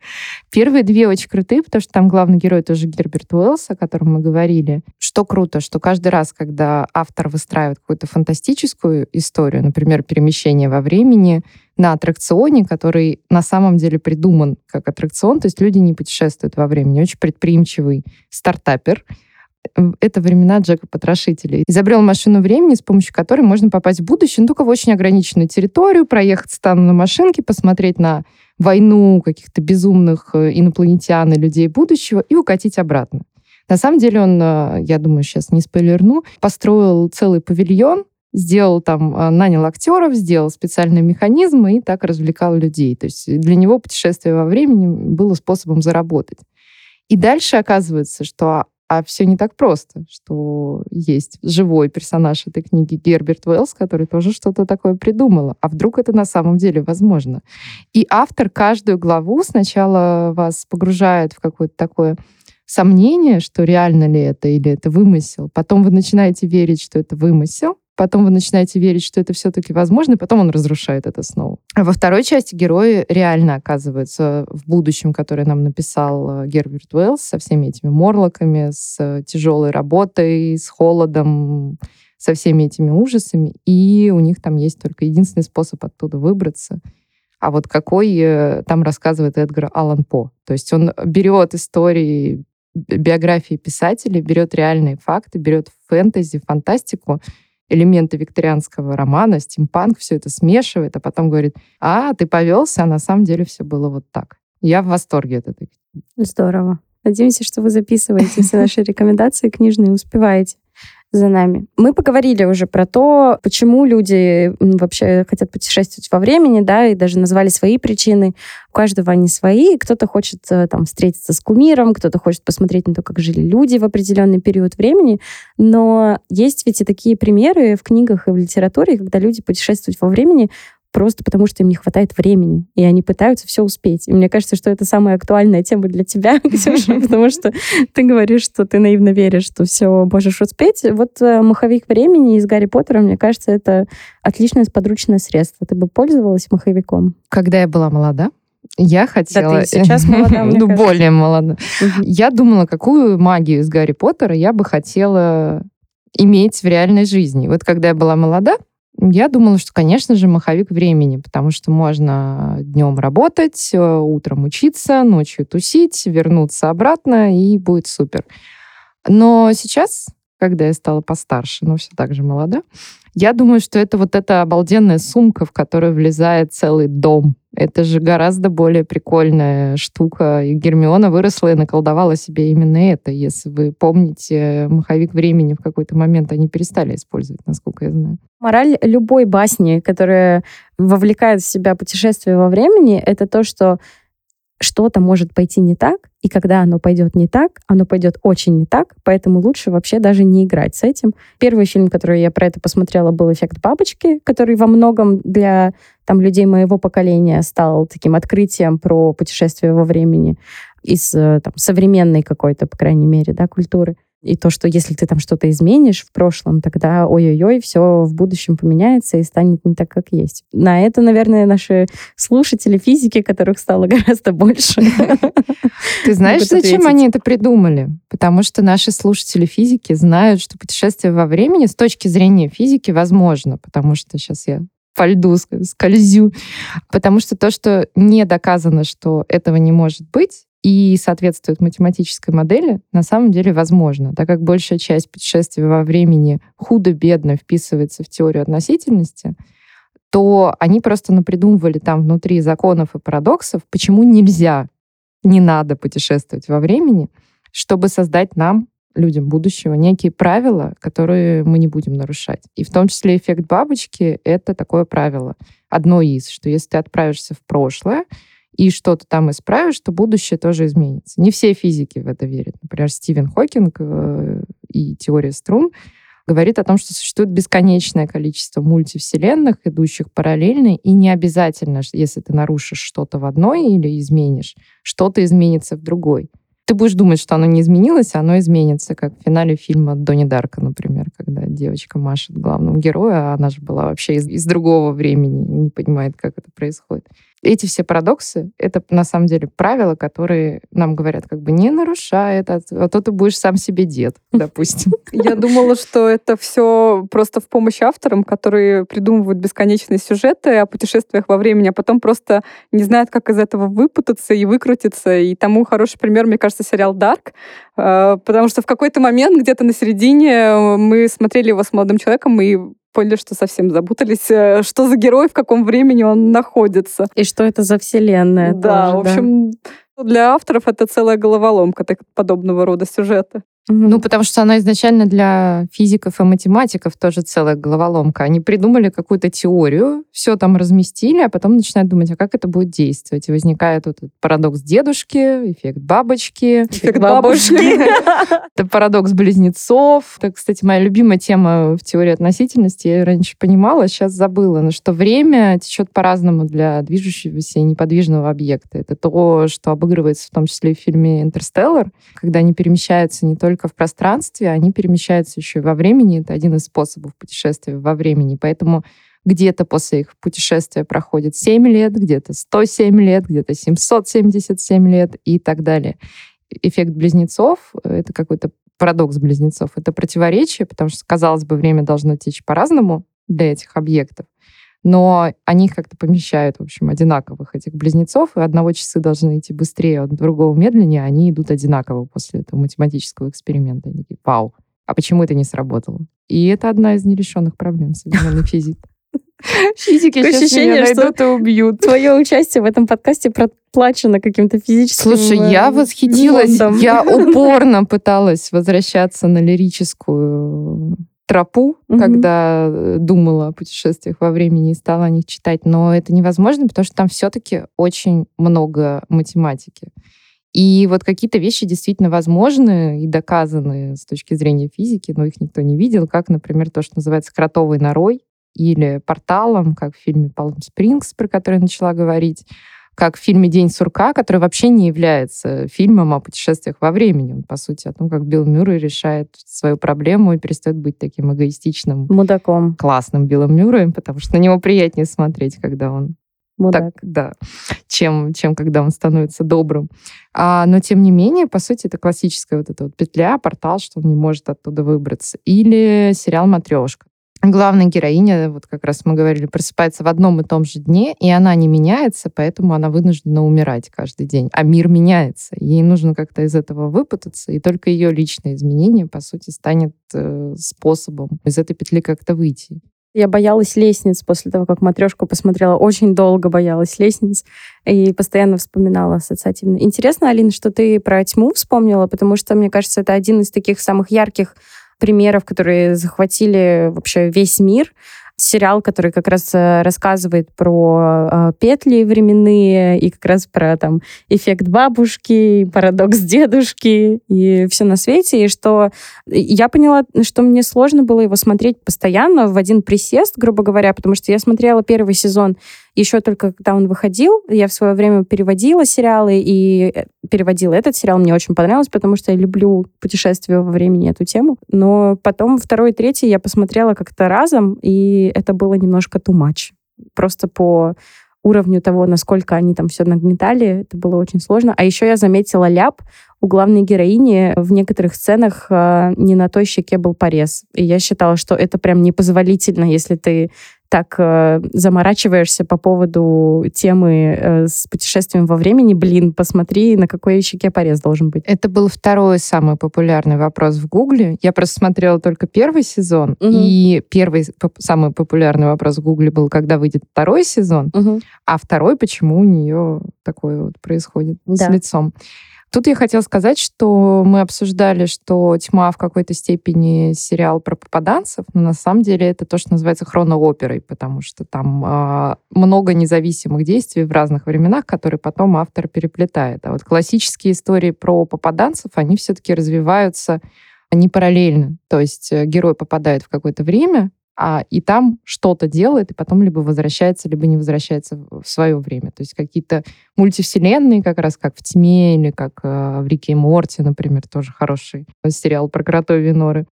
Первые две очень крутые, потому что там главный герой тоже Герберт Уэллс, о котором мы говорили. Что круто, что каждый раз, когда автор выстраивает какую-то фантастическую историю, например, перемещение во времени на аттракционе, который на самом деле придуман как аттракцион, то есть люди не путешествуют во времени, очень предприимчивый стартапер. Это времена Джека Потрошителя. Изобрел машину времени, с помощью которой можно попасть в будущее, но только в очень ограниченную территорию, проехать там на машинке, посмотреть на войну каких-то безумных инопланетян и людей будущего и укатить обратно. На самом деле он, я думаю, сейчас не спойлерну, построил целый павильон, сделал там, нанял актеров, сделал специальные механизмы и так развлекал людей. То есть для него путешествие во времени было способом заработать. И дальше оказывается, что все не так просто, что есть живой персонаж этой книги Герберт Уэллс, который тоже что-то такое придумал. А вдруг это на самом деле возможно? И автор каждую главу сначала вас погружает в какое-то такое сомнение, что реально ли это или это вымысел. Потом вы начинаете верить, что это вымысел. Потом вы начинаете верить, что это все-таки возможно, и потом он разрушает это снова. А во второй части герои реально оказываются в будущем, которое нам написал Герберт Уэллс, со всеми этими морлоками, с тяжелой работой, с холодом, со всеми этими ужасами. И у них там есть только единственный способ оттуда выбраться. А вот какой там рассказывает Эдгар Аллан По. То есть он берет истории, биографии писателей, берет реальные факты, берет фэнтези, фантастику, элементы викторианского романа, стимпанк, все это смешивает, а потом говорит, ты повелся, а на самом деле все было вот так. Я в восторге от этой книги. Здорово. Надеемся, что вы записываете все наши рекомендации книжные, успеваете за нами. Мы поговорили уже про то, почему люди вообще хотят путешествовать во времени, да, и даже назвали свои причины. У каждого они свои. Кто-то хочет там встретиться с кумиром, кто-то хочет посмотреть на то, как жили люди в определенный период времени. Но есть ведь и такие примеры в книгах и в литературе, когда люди путешествуют во времени просто потому, что им не хватает времени, и они пытаются все успеть. И мне кажется, что это самая актуальная тема для тебя, Ксюша, потому что ты говоришь, что ты наивно веришь, что все можешь успеть. Вот «Маховик времени» из «Гарри Поттера», мне кажется, это отличное подручное средство. Ты бы пользовалась маховиком? Когда я была молода, я хотела... Да ты сейчас молода, мне кажется. Более молода. Я думала, какую магию из «Гарри Поттера» я бы хотела иметь в реальной жизни. Вот когда я была молода, я думала, что, конечно же, маховик времени, потому что можно днем работать, утром учиться, ночью тусить, вернуться обратно, и будет супер. Но сейчас, когда я стала постарше, но все так же молода, я думаю, что это вот эта обалденная сумка, в которую влезает целый дом. Это же гораздо более прикольная штука. И Гермиона выросла и наколдовала себе именно это. Если вы помните, маховик времени в какой-то момент они перестали использовать, насколько я знаю. Мораль любой басни, которая вовлекает в себя путешествие во времени, это то, что что-то может пойти не так, и когда оно пойдет не так, оно пойдет очень не так, поэтому лучше вообще даже не играть с этим. Первый фильм, который я про это посмотрела, был «Эффект бабочки», который во многом для людей моего поколения стал таким открытием про путешествие во времени из современной какой-то, по крайней мере, культуры. И то, что если ты там что-то изменишь в прошлом, тогда ой-ой-ой, все в будущем поменяется и станет не так, как есть. На это, наверное, наши слушатели физики, которых стало гораздо больше. Ты знаешь, зачем они это придумали? Потому что наши слушатели физики знают, что путешествие во времени с точки зрения физики возможно. Потому что сейчас я по льду скользю. Потому что то, что не доказано, что этого не может быть, и соответствует математической модели, на самом деле возможно. Так как большая часть путешествий во времени худо-бедно вписывается в теорию относительности, то они просто напридумывали там внутри законов и парадоксов, почему нельзя, не надо путешествовать во времени, чтобы создать нам, людям будущего, некие правила, которые мы не будем нарушать. И в том числе эффект бабочки — это такое правило. Одно из, что если ты отправишься в прошлое, и что-то там исправишь, то будущее тоже изменится. Не все физики в это верят. Например, Стивен Хокинг и теория струн говорит о том, что существует бесконечное количество мультивселенных, идущих параллельно, и не обязательно, если ты нарушишь что-то в одной или изменишь, что-то изменится в другой. Ты будешь думать, что оно не изменилось, а оно изменится, как в финале фильма «Донни Дарка», например, когда девочка машет главному герою, а она же была вообще из другого времени, не понимает, как это происходит. Эти все парадоксы — это на самом деле правила, которые нам говорят, как бы не нарушай это, а то ты будешь сам себе дед, допустим. Я думала, что это все просто в помощь авторам, которые придумывают бесконечные сюжеты о путешествиях во времени, а потом просто не знают, как из этого выпутаться и выкрутиться. И тому хороший пример, мне кажется, сериал «Дарк», потому что в какой-то момент, где-то на середине, мы смотрели его с молодым человеком и поняли, что совсем запутались, что за герой, в каком времени он находится. И что это за вселенная. Да, тоже, в общем, для авторов это целая головоломка подобного рода сюжета. Ну, потому что она изначально для физиков и математиков тоже целая головоломка. Они придумали какую-то теорию, все там разместили, а потом начинают думать, а как это будет действовать. И возникает вот этот парадокс дедушки, эффект бабочки. Эффект бабушки. Это парадокс близнецов. Это, кстати, моя любимая тема в теории относительности. Я раньше понимала, сейчас забыла, но что время течет по-разному для движущегося и неподвижного объекта. Это то, что обыгрывается в том числе и в фильме «Интерстеллар», когда они перемещаются не только в пространстве, они перемещаются еще и во времени. Это один из способов путешествия во времени. Поэтому где-то после их путешествия проходит 7 лет, где-то 107 лет, где-то 777 лет и так далее. Эффект близнецов — это какой-то парадокс близнецов. Это противоречие, потому что, казалось бы, время должно течь по-разному для этих объектов, но они их как-то помещают, в общем, одинаковых, этих близнецов, и одного часы должны идти быстрее, а другого медленнее, они идут одинаково после этого математического эксперимента. Они такие, вау, а почему это не сработало? И это одна из нерешенных проблем современной физики. Физики сейчас меня найдут и убьют. Твое участие в этом подкасте проплачено каким-то физическим... Слушай, я восхитилась, я упорно пыталась возвращаться на лирическую тропу, когда думала о путешествиях во времени и стала о них читать, но это невозможно, потому что там все-таки очень много математики. И вот какие-то вещи действительно возможны и доказаны с точки зрения физики, но их никто не видел, как, например, то, что называется кротовой норой или порталом, как в фильме «Палм Спрингс», про который я начала говорить, как в фильме «День сурка», который вообще не является фильмом о путешествиях во времени. Он, по сути, о том, как Билл Мюррей решает свою проблему и перестает быть таким эгоистичным, мудаком, классным Биллом Мюрреем, потому что на него приятнее смотреть, когда он мудак. Так, да, чем когда он становится добрым. Но, тем не менее, по сути, это классическая вот эта вот петля, портал, что он не может оттуда выбраться. Или сериал «Матрешка». Главная героиня, вот как раз мы говорили, просыпается в одном и том же дне, и она не меняется, поэтому она вынуждена умирать каждый день. А мир меняется. Ей нужно как-то из этого выпутаться, и только ее личное изменение, по сути, станет способом из этой петли как-то выйти. Я боялась лестниц после того, как «Матрешку» посмотрела. Очень долго боялась лестниц и постоянно вспоминала ассоциативно. Интересно, Алина, что ты про тьму вспомнила, потому что, мне кажется, это один из таких самых ярких примеров, которые захватили вообще весь мир. Сериал, который как раз рассказывает про петли временные и как раз про там эффект бабушки, парадокс дедушки и все на свете. И что я поняла, что мне сложно было его смотреть постоянно в один присест, грубо говоря, потому что я смотрела первый сезон еще только когда он выходил. Я в свое время переводила сериалы и переводила этот сериал. Мне очень понравилось, потому что я люблю путешествия во времени, эту тему. Но потом второй и третий я посмотрела как-то разом, и это было немножко too much. Просто по уровню того, насколько они там все нагнетали, это было очень сложно. А еще я заметила ляп у главной героини. В некоторых сценах не на той щеке был порез. И я считала, что это прям непозволительно, если ты так заморачиваешься по поводу темы с путешествием во времени. Блин, посмотри, на какой щеке порез должен быть. Это был второй самый популярный вопрос в Гугле. Я просто смотрела только первый сезон, и первый самый популярный вопрос в Гугле был, когда выйдет второй сезон, а второй, почему у нее такое вот происходит с лицом. Тут я хотела сказать, что мы обсуждали, что «Тьма» в какой-то степени сериал про попаданцев, но на самом деле это то, что называется хронооперой, потому что там много независимых действий в разных временах, которые потом автор переплетает. А вот классические истории про попаданцев, они все-таки развиваются не параллельно. То есть герой попадает в какое-то время, и там что-то делает, и потом либо возвращается, либо не возвращается в свое время. То есть какие-то мультивселенные, как раз как в «Тьме» или как в «Рике и Морти», например, тоже хороший сериал про кротовьи норы.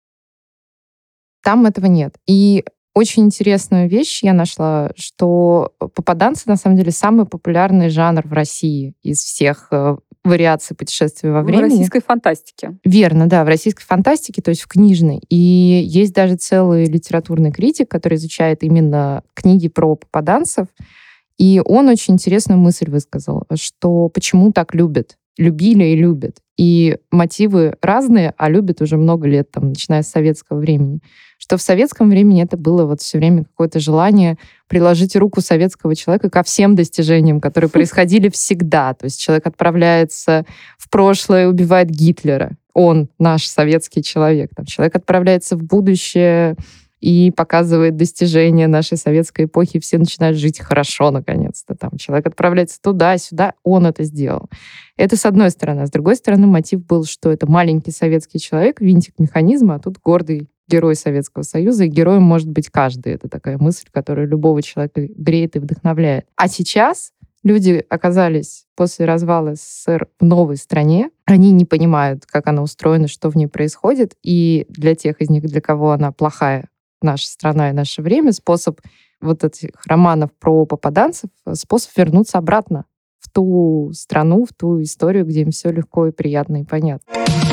Там этого нет. И очень интересную вещь я нашла, что попаданцы, на самом деле, самый популярный жанр в России из всех вариаций путешествия во времени. В российской фантастике. Верно, да, в российской фантастике, то есть в книжной. И есть даже целый литературный критик, который изучает именно книги про попаданцев. И он очень интересную мысль высказал, что почему так любят. Любили и любят. И мотивы разные, а любят уже много лет, там, начиная с советского времени. Что в советском времени это было вот все время какое-то желание приложить руку советского человека ко всем достижениям, которые происходили всегда. То есть человек отправляется в прошлое, убивает Гитлера. Он наш советский человек. Там, человек отправляется в будущее и показывает достижения нашей советской эпохи, и все начинают жить хорошо, наконец-то. Там человек отправляется туда-сюда, он это сделал. Это с одной стороны. А с другой стороны, мотив был, что это маленький советский человек, винтик механизма, а тут гордый герой Советского Союза, и героем может быть каждый. Это такая мысль, которая любого человека греет и вдохновляет. А сейчас люди оказались после развала СССР в новой стране. Они не понимают, как она устроена, что в ней происходит. И для тех из них, для кого она плохая, наша страна и наше время, способ вот этих романов про попаданцев, способ вернуться обратно в ту страну, в ту историю, где им все легко и приятно и понятно.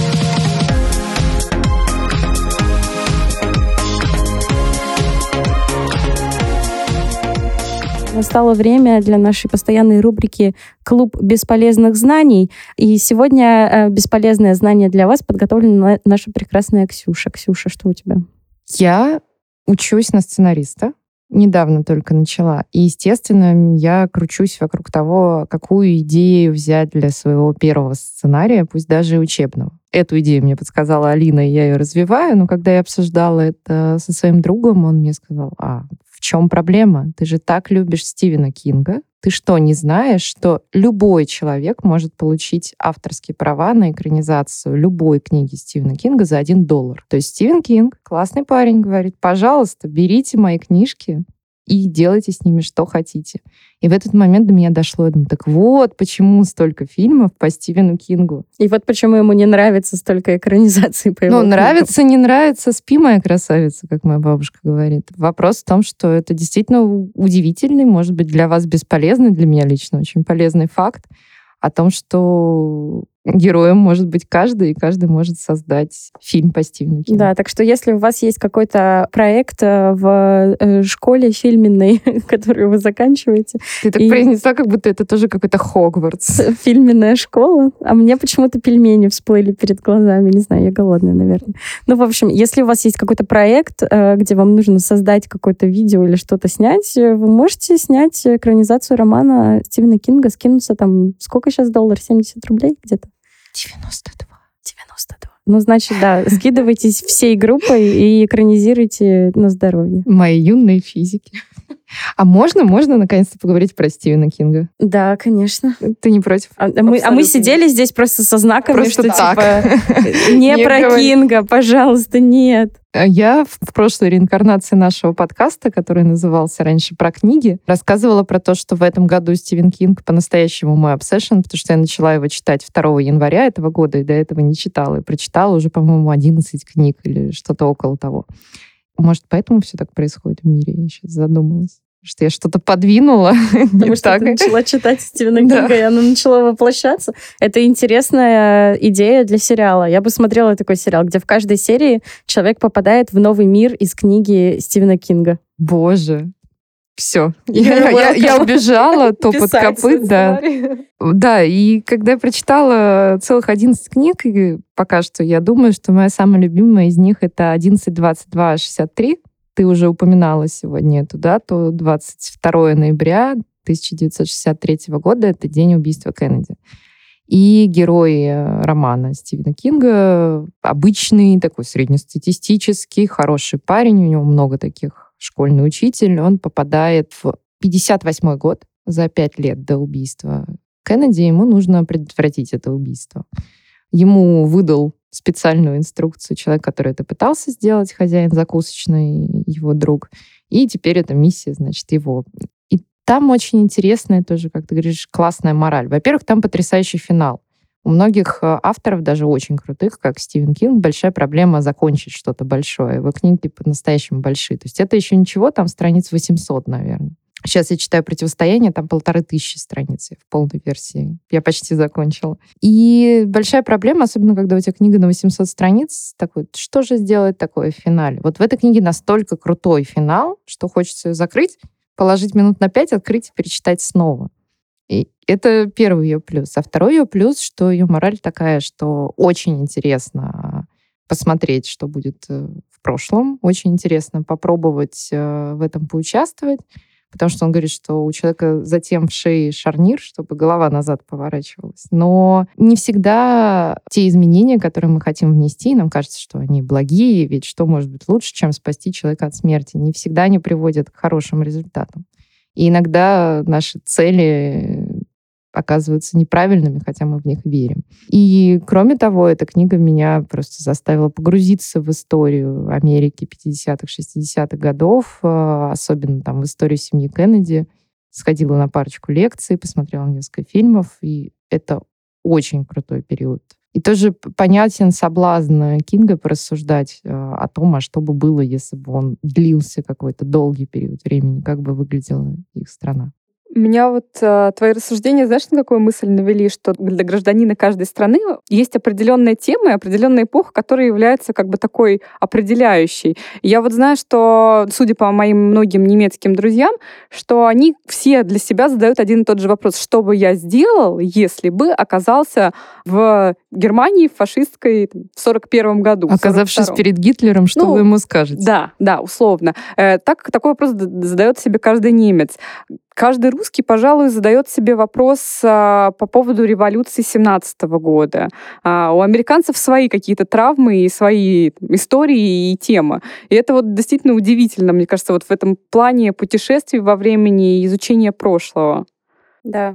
Настало время для нашей постоянной рубрики «Клуб бесполезных знаний». И сегодня бесполезное знание для вас подготовлена наша прекрасная Ксюша. Ксюша, что у тебя? Я учусь на сценариста. Недавно только начала. И, естественно, я кручусь вокруг того, какую идею взять для своего первого сценария, пусть даже и учебного. Эту идею мне подсказала Алина, и я ее развиваю. Но когда я обсуждала это со своим другом, он мне сказал: в чем проблема? Ты же так любишь Стивена Кинга. Ты что, не знаешь, что любой человек может получить авторские права на экранизацию любой книги Стивена Кинга за $1? То есть Стивен Кинг, классный парень, говорит: пожалуйста, берите мои книжки и делайте с ними что хотите. И в этот момент до меня дошло, я думаю, так вот почему столько фильмов по Стивену Кингу. И вот почему ему не нравится столько экранизаций по его книгам. Нравится, не нравится, спи, моя красавица, как моя бабушка говорит. Вопрос в том, что это действительно удивительный, может быть, для вас бесполезный, для меня лично очень полезный факт о том, что героем может быть каждый, и каждый может создать фильм по Стивену Кингу. Да, так что если у вас есть какой-то проект в школе фильменной, которую вы заканчиваете... Ты так произнесла, как будто это тоже какой-то Хогвартс. Фильменная школа. А мне почему-то пельмени всплыли перед глазами. Не знаю, я голодная, наверное. В общем, если у вас есть какой-то проект, где вам нужно создать какое-то видео или что-то снять, вы можете снять экранизацию романа Стивена Кинга, скинуться там... Сколько сейчас $? 70 рублей где-то? 92. Значит, да, скидывайтесь всей группой и экранизируйте на здоровье. Мои юные физики. А можно наконец-то поговорить про Стивена Кинга? Да, конечно. Ты не против? Мы сидели здесь просто со знаками, просто что так. типа не про Кинга, пожалуйста, нет. Я в прошлой реинкарнации нашего подкаста, который назывался раньше «Про книги», рассказывала про то, что в этом году Стивен Кинг по-настоящему мой обсессион, потому что я начала его читать 2 января этого года, и до этого не читала. И прочитала уже, по-моему, 11 книг или что-то около того. Может, поэтому все так происходит в мире? Я сейчас задумалась. Что я что-то подвинула. Потому что ты начала читать Стивена Кинга, и она начала воплощаться. Это интересная идея для сериала. Я бы смотрела такой сериал, где в каждой серии человек попадает в новый мир из книги Стивена Кинга. Боже. Все. Я убежала, топот копыт. Да, и когда я прочитала целых 11 книг, и пока что я думаю, что моя самая любимая из них — это 11.22.63. Ты уже упоминала сегодня эту дату. 22 ноября 1963 года — это день убийства Кеннеди. И герой романа Стивена Кинга обычный, такой среднестатистический, хороший парень, у него много таких, школьный учитель, он попадает в 58 год, за 5 лет до убийства Кеннеди, ему нужно предотвратить это убийство. Ему выдал специальную инструкцию человек, который это пытался сделать, хозяин закусочной, его друг. И теперь эта миссия, значит, его. И там очень интересная тоже, как ты говоришь, классная мораль. Во-первых, там потрясающий финал. У многих авторов, даже очень крутых, как Стивен Кинг, большая проблема закончить что-то большое. Его книги по-настоящему большие. То есть это еще ничего, там страниц 800, наверное. Сейчас я читаю «Противостояние», там 1500 страниц в полной версии. Я почти закончила. И большая проблема, особенно когда у тебя книга на 800 страниц, такой, что же сделать такое в финале? Вот в этой книге настолько крутой финал, что хочется ее закрыть, положить минут на 5, открыть и перечитать снова. И это первый ее плюс. А второй ее плюс, что ее мораль такая, что очень интересно посмотреть, что будет в прошлом. Очень интересно попробовать в этом поучаствовать. Потому что он говорит, что у человека затем в шее шарнир, чтобы голова назад поворачивалась. Но не всегда те изменения, которые мы хотим внести, нам кажется, что они благие, ведь что может быть лучше, чем спасти человека от смерти? Не всегда они приводят к хорошим результатам. И иногда наши цели оказываются неправильными, хотя мы в них верим. И, кроме того, эта книга меня просто заставила погрузиться в историю Америки 50-х, 60-х годов, особенно там в историю семьи Кеннеди. Сходила на парочку лекций, посмотрела несколько фильмов, и это очень крутой период. И тоже понятен соблазн Кинга порассуждать о том, а что бы было, если бы он длился какой-то долгий период времени, как бы выглядела их страна. Меня вот твои рассуждения, знаешь, на какую мысль навели, что для гражданина каждой страны есть определенная тема и определенная эпоха, которая является как бы такой определяющей. И я вот знаю, что, судя по моим многим немецким друзьям, что они все для себя задают один и тот же вопрос: что бы я сделал, если бы оказался в Германии фашистской в 41 году. Оказавшись перед Гитлером, что вы ему скажете? Да, условно. Такой вопрос задает себе каждый немец. Каждый русский, пожалуй, задает себе вопрос по поводу революции 17 года. У американцев свои какие-то травмы и свои истории и темы. И это вот действительно удивительно, мне кажется, вот в этом плане путешествий во времени и изучения прошлого. Да.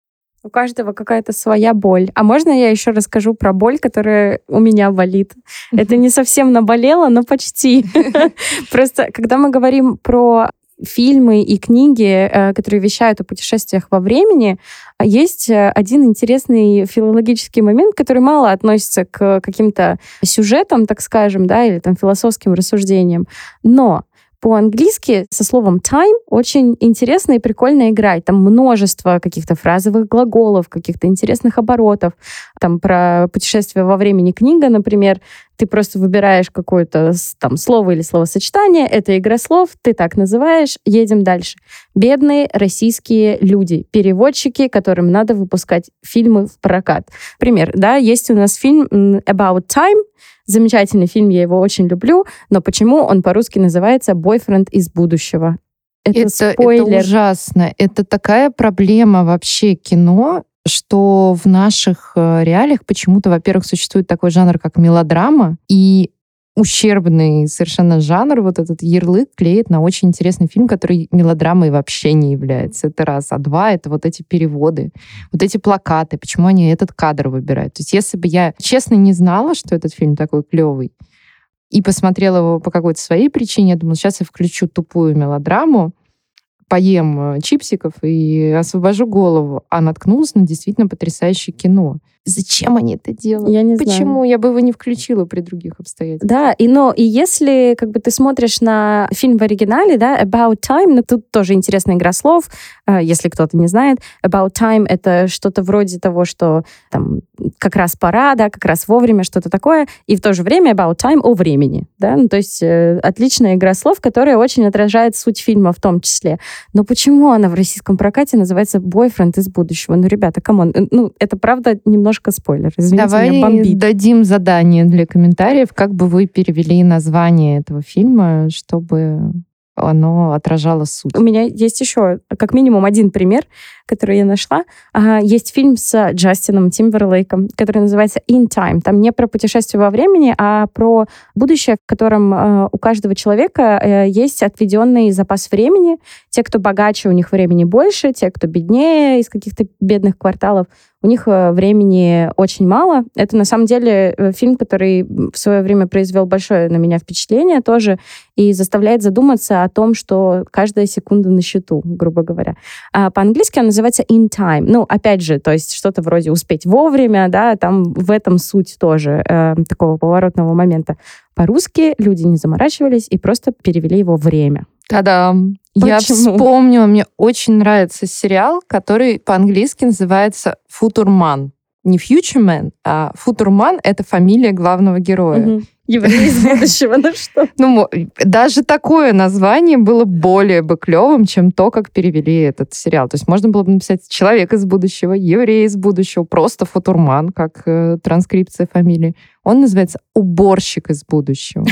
У каждого какая-то своя боль. А можно я еще расскажу про боль, которая у меня болит? Это не совсем наболело, но почти. Просто, когда мы говорим про фильмы и книги, которые вещают о путешествиях во времени, есть один интересный филологический момент, который мало относится к каким-то сюжетам, так скажем, да, или там философским рассуждениям. Но по-английски со словом time очень интересно и прикольно играть. Там множество каких-то фразовых глаголов, каких-то интересных оборотов. Там про путешествие во времени книга, например, ты просто выбираешь какое-то там слово или словосочетание, это игра слов, ты так называешь, едем дальше. Бедные российские люди, переводчики, которым надо выпускать фильмы в прокат. Пример, да, есть у нас фильм About Time, замечательный фильм, я его очень люблю, но почему он по-русски называется «Бойфренд из будущего»? Это спойлер. Это ужасно. Это такая проблема вообще кино, что в наших реалиях почему-то, во-первых, существует такой жанр, как мелодрама, и ущербный совершенно жанр, вот этот ярлык клеит на очень интересный фильм, который мелодрамой вообще не является. Это раз. А два — это вот эти переводы, вот эти плакаты, почему они этот кадр выбирают. То есть если бы я честно не знала, что этот фильм такой клевый, и посмотрела его по какой-то своей причине, я думала, сейчас я включу тупую мелодраму, поем чипсиков и освобожу голову. А наткнулась на действительно потрясающее кино. Зачем они это делают? Я не Почему? знаю. Я бы его не включила при других обстоятельствах. Да, и если как бы ты смотришь на фильм в оригинале, да, About Time, тут тоже интересная игра слов, если кто-то не знает. About Time — это что-то вроде того, что там как раз пора, да, как раз вовремя, что-то такое, и в то же время About Time — о времени, да, то есть отличная игра слов, которая очень отражает суть фильма в том числе. Но почему она в российском прокате называется «Бойфренд из будущего»? Ребята, камон, это правда немножко спойлер. Извините, Давай меня бомбит. дадим задание для комментариев, как бы вы перевели название этого фильма, чтобы оно отражало суть. У меня есть еще как минимум один пример. которую я нашла. Есть фильм с Джастином Тимберлейком, который называется «In Time». Там не про путешествие во времени, а про будущее, в котором у каждого человека есть отведенный запас времени. Те, кто богаче, у них времени больше, те, кто беднее, из каких-то бедных кварталов, у них времени очень мало. Это, на самом деле, фильм, который в свое время произвел большое на меня впечатление тоже и заставляет задуматься о том, что каждая секунда на счету, грубо говоря. По-английски он называется «In Time». Ну, опять же, то есть что-то вроде «успеть вовремя», да, там в этом суть тоже такого поворотного момента. По-русски люди не заморачивались и просто перевели его «время». Та-дам! Я вспомнила, мне очень нравится сериал, который по-английски называется «Футурман». Не «Фьючермен», а «Футурман» — это фамилия главного героя. Еврей из будущего, ну что? Ну, даже такое название было более бы клевым, чем то, как перевели этот сериал. То есть можно было бы написать «Человек из будущего», «Еврей из будущего», просто «Футурман», как транскрипция фамилии. Он называется «Уборщик из будущего».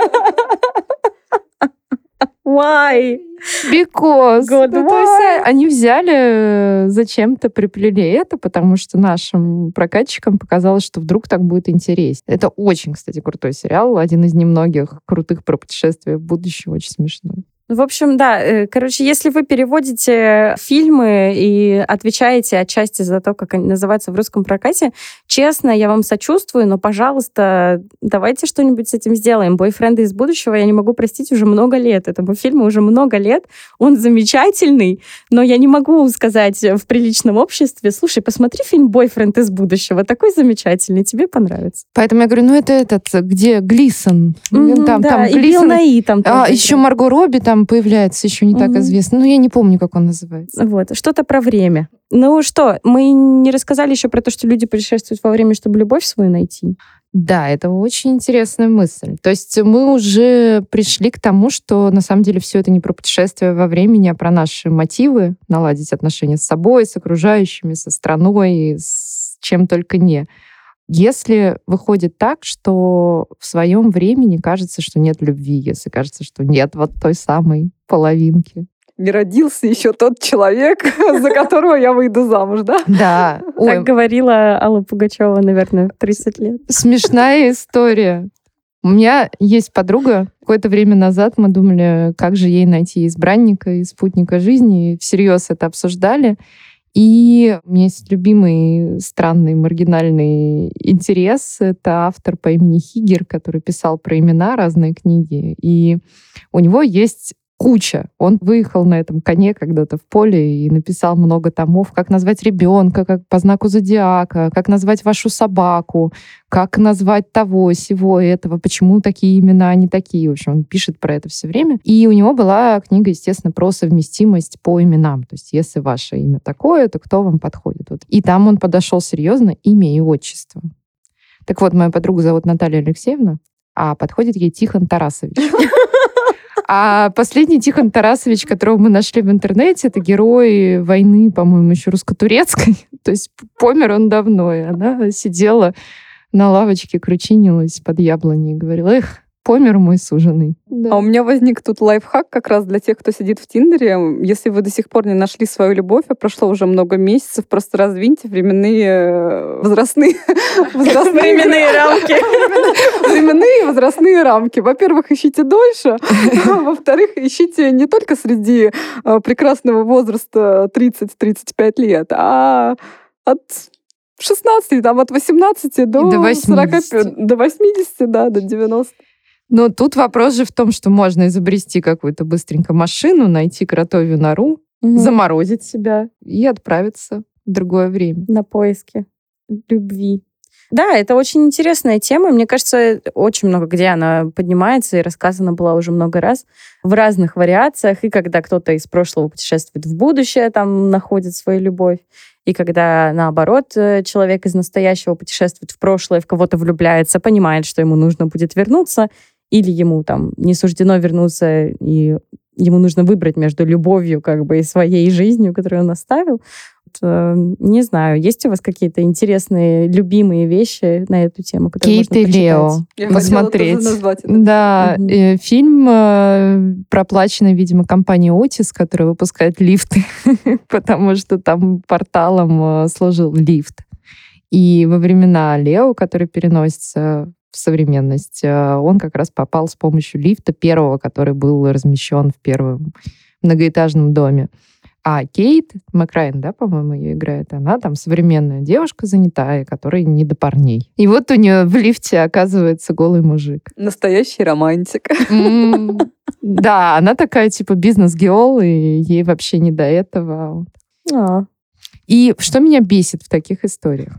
Why? Because. God, то есть они взяли, зачем-то приплели это, потому что нашим прокатчикам показалось, что вдруг так будет интереснее. Это очень, кстати, крутой сериал. Один из немногих крутых про путешествия в будущее. Очень смешной. В общем, да, короче, если вы переводите фильмы и отвечаете отчасти за то, как они называются в русском прокате, честно, я вам сочувствую, но, пожалуйста, давайте что-нибудь с этим сделаем. «Бойфренды из будущего» я не могу простить уже много лет. Этому фильму уже много лет. Он замечательный, но я не могу сказать в приличном обществе: слушай, посмотри фильм «Бойфренд из будущего». Такой замечательный, тебе понравится. Поэтому я говорю, ну это этот, где Глисон. Там и Билл Найи там. Еще Марго Робби там появляется, еще не так известно. Ну, я не помню, как он называется. Вот, что-то про время. Ну что, мы не рассказали еще про то, что люди путешествуют во время, чтобы любовь свою найти. Да, это очень интересная мысль. То есть мы уже пришли к тому, что на самом деле все это не про путешествие во времени, а про наши мотивы наладить отношения с собой, с окружающими, со страной, с чем только не. Если выходит так, что в своем времени кажется, что нет любви, если кажется, что нет вот той самой половинки. Не родился еще тот человек, за которого я выйду замуж, да? Да. Так говорила Алла Пугачева, наверное, в 30 лет. Смешная история. У меня есть подруга. Какое-то время назад мы думали, как же ей найти избранника и спутника жизни. И всерьез это обсуждали. И у меня есть любимый странный маргинальный интерес. Это автор по имени Хигер, который писал про имена, разные книги. И у него есть куча. Он выехал на этом коне когда-то в поле и написал много томов, как назвать ребенка, как по знаку зодиака, как назвать вашу собаку, как назвать того, сего, этого, почему такие имена, а не такие. В общем, он пишет про это все время. И у него была книга, естественно, про совместимость по именам. То есть если ваше имя такое, то кто вам подходит? Вот. И там он подошел серьезно: имя и отчество. Так вот, мою подругу зовут Наталья Алексеевна, а подходит ей Тихон Тарасович. А последний Тихон Тарасович, которого мы нашли в интернете, это герой войны, по-моему, еще русско-турецкой. То есть помер он давно, и она сидела на лавочке, кручинилась под яблоней и говорила: эх, помер мой суженый. Да. А у меня возник тут лайфхак как раз для тех, кто сидит в Тиндере. Если вы до сих пор не нашли свою любовь, а прошло уже много месяцев, просто раздвиньте возрастные рамки. Временные возрастные рамки. Во-первых, ищите дольше. Во-вторых, ищите не только среди прекрасного возраста 30-35 лет, а от 16, там, от 18 до 45, до 80, да, до 90. Но тут вопрос же в том, что можно изобрести какую-то быстренько машину, найти кротовью нору, заморозить себя и отправиться в другое время. На поиски любви. Да, это очень интересная тема. Мне кажется, очень много где она поднимается и рассказана была уже много раз в разных вариациях. И когда кто-то из прошлого путешествует в будущее, там находит свою любовь. И когда, наоборот, человек из настоящего путешествует в прошлое, в кого-то влюбляется, понимает, что ему нужно будет вернуться, или ему там не суждено вернуться, и ему нужно выбрать между любовью как бы и своей жизнью, которую он оставил. Не знаю, есть у вас какие-то интересные, любимые вещи на эту тему, которые Кейт и Лео. Посмотреть. Да, фильм проплаченный, видимо, компанией Otis, которая выпускает лифты, потому что там порталом служил лифт. И во времена Лео, который переносится в современность, он как раз попал с помощью лифта первого, который был размещен в первом многоэтажном доме. А Кейт Макрайн, да, по-моему, ее играет, она там современная девушка занятая, которая не до парней. И вот у нее в лифте оказывается голый мужик. Настоящий романтик. Да, она такая типа бизнес-геол, и ей вообще не до этого. И что меня бесит в таких историях?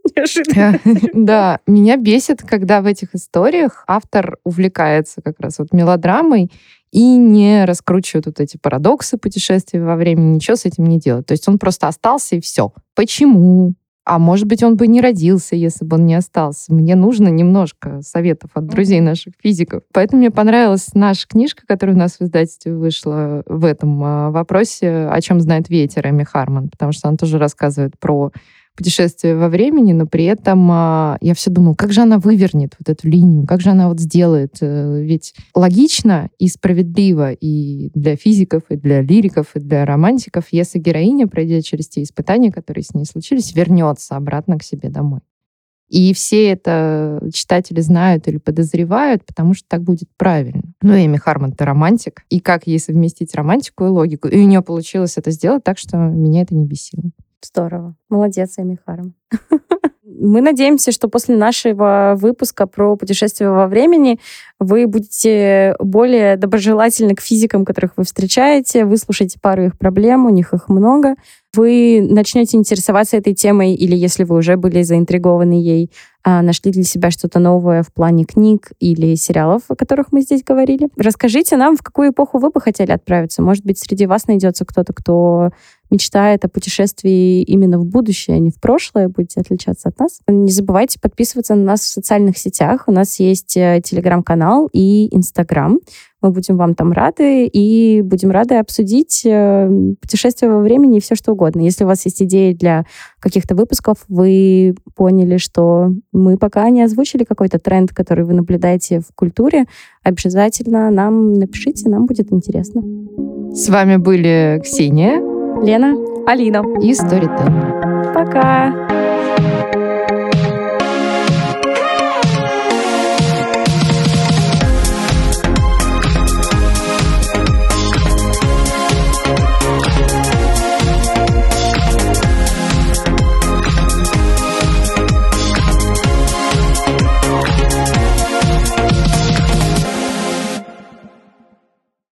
Да, меня бесит, когда в этих историях автор увлекается как раз вот мелодрамой и не раскручивает вот эти парадоксы путешествия во времени, ничего с этим не делает. То есть он просто остался, и все. Почему? А может быть, он бы не родился, если бы он не остался. Мне нужно немножко советов от друзей наших физиков. Поэтому мне понравилась наша книжка, которая у нас в издательстве вышла в этом вопросе «О чем знает ветер» Эми Харман, потому что она тоже рассказывает про путешествие во времени, но при этом я все думала, как же она вывернет вот эту линию, как же она вот сделает. Ведь логично и справедливо и для физиков, и для лириков, и для романтиков, если героиня, пройдя через те испытания, которые с ней случились, вернется обратно к себе домой. И все это читатели знают или подозревают, потому что так будет правильно. Ну, Эми Харман-то романтик. И как ей совместить романтику и логику? И у нее получилось это сделать так, что меня это не бесило. Здорово. Молодец, Эми Харман. Мы надеемся, что после нашего выпуска про путешествие во времени вы будете более доброжелательны к физикам, которых вы встречаете, выслушаете пару их проблем, у них их много. Вы начнете интересоваться этой темой, или если вы уже были заинтригованы ей, нашли для себя что-то новое в плане книг или сериалов, о которых мы здесь говорили. Расскажите нам, в какую эпоху вы бы хотели отправиться. Может быть, среди вас найдется кто-то, кто мечтает о путешествии именно в будущее, а не в прошлое, будете отличаться от нас. Не забывайте подписываться на нас в социальных сетях. У нас есть телеграм-канал и Инстаграм. Мы будем вам там рады и будем рады обсудить путешествие во времени и все что угодно. Если у вас есть идеи для каких-то выпусков, вы поняли, что мы пока не озвучили какой-то тренд, который вы наблюдаете в культуре, обязательно нам напишите, нам будет интересно. С вами были Ксения, Лена, Алина и Storytel. Пока!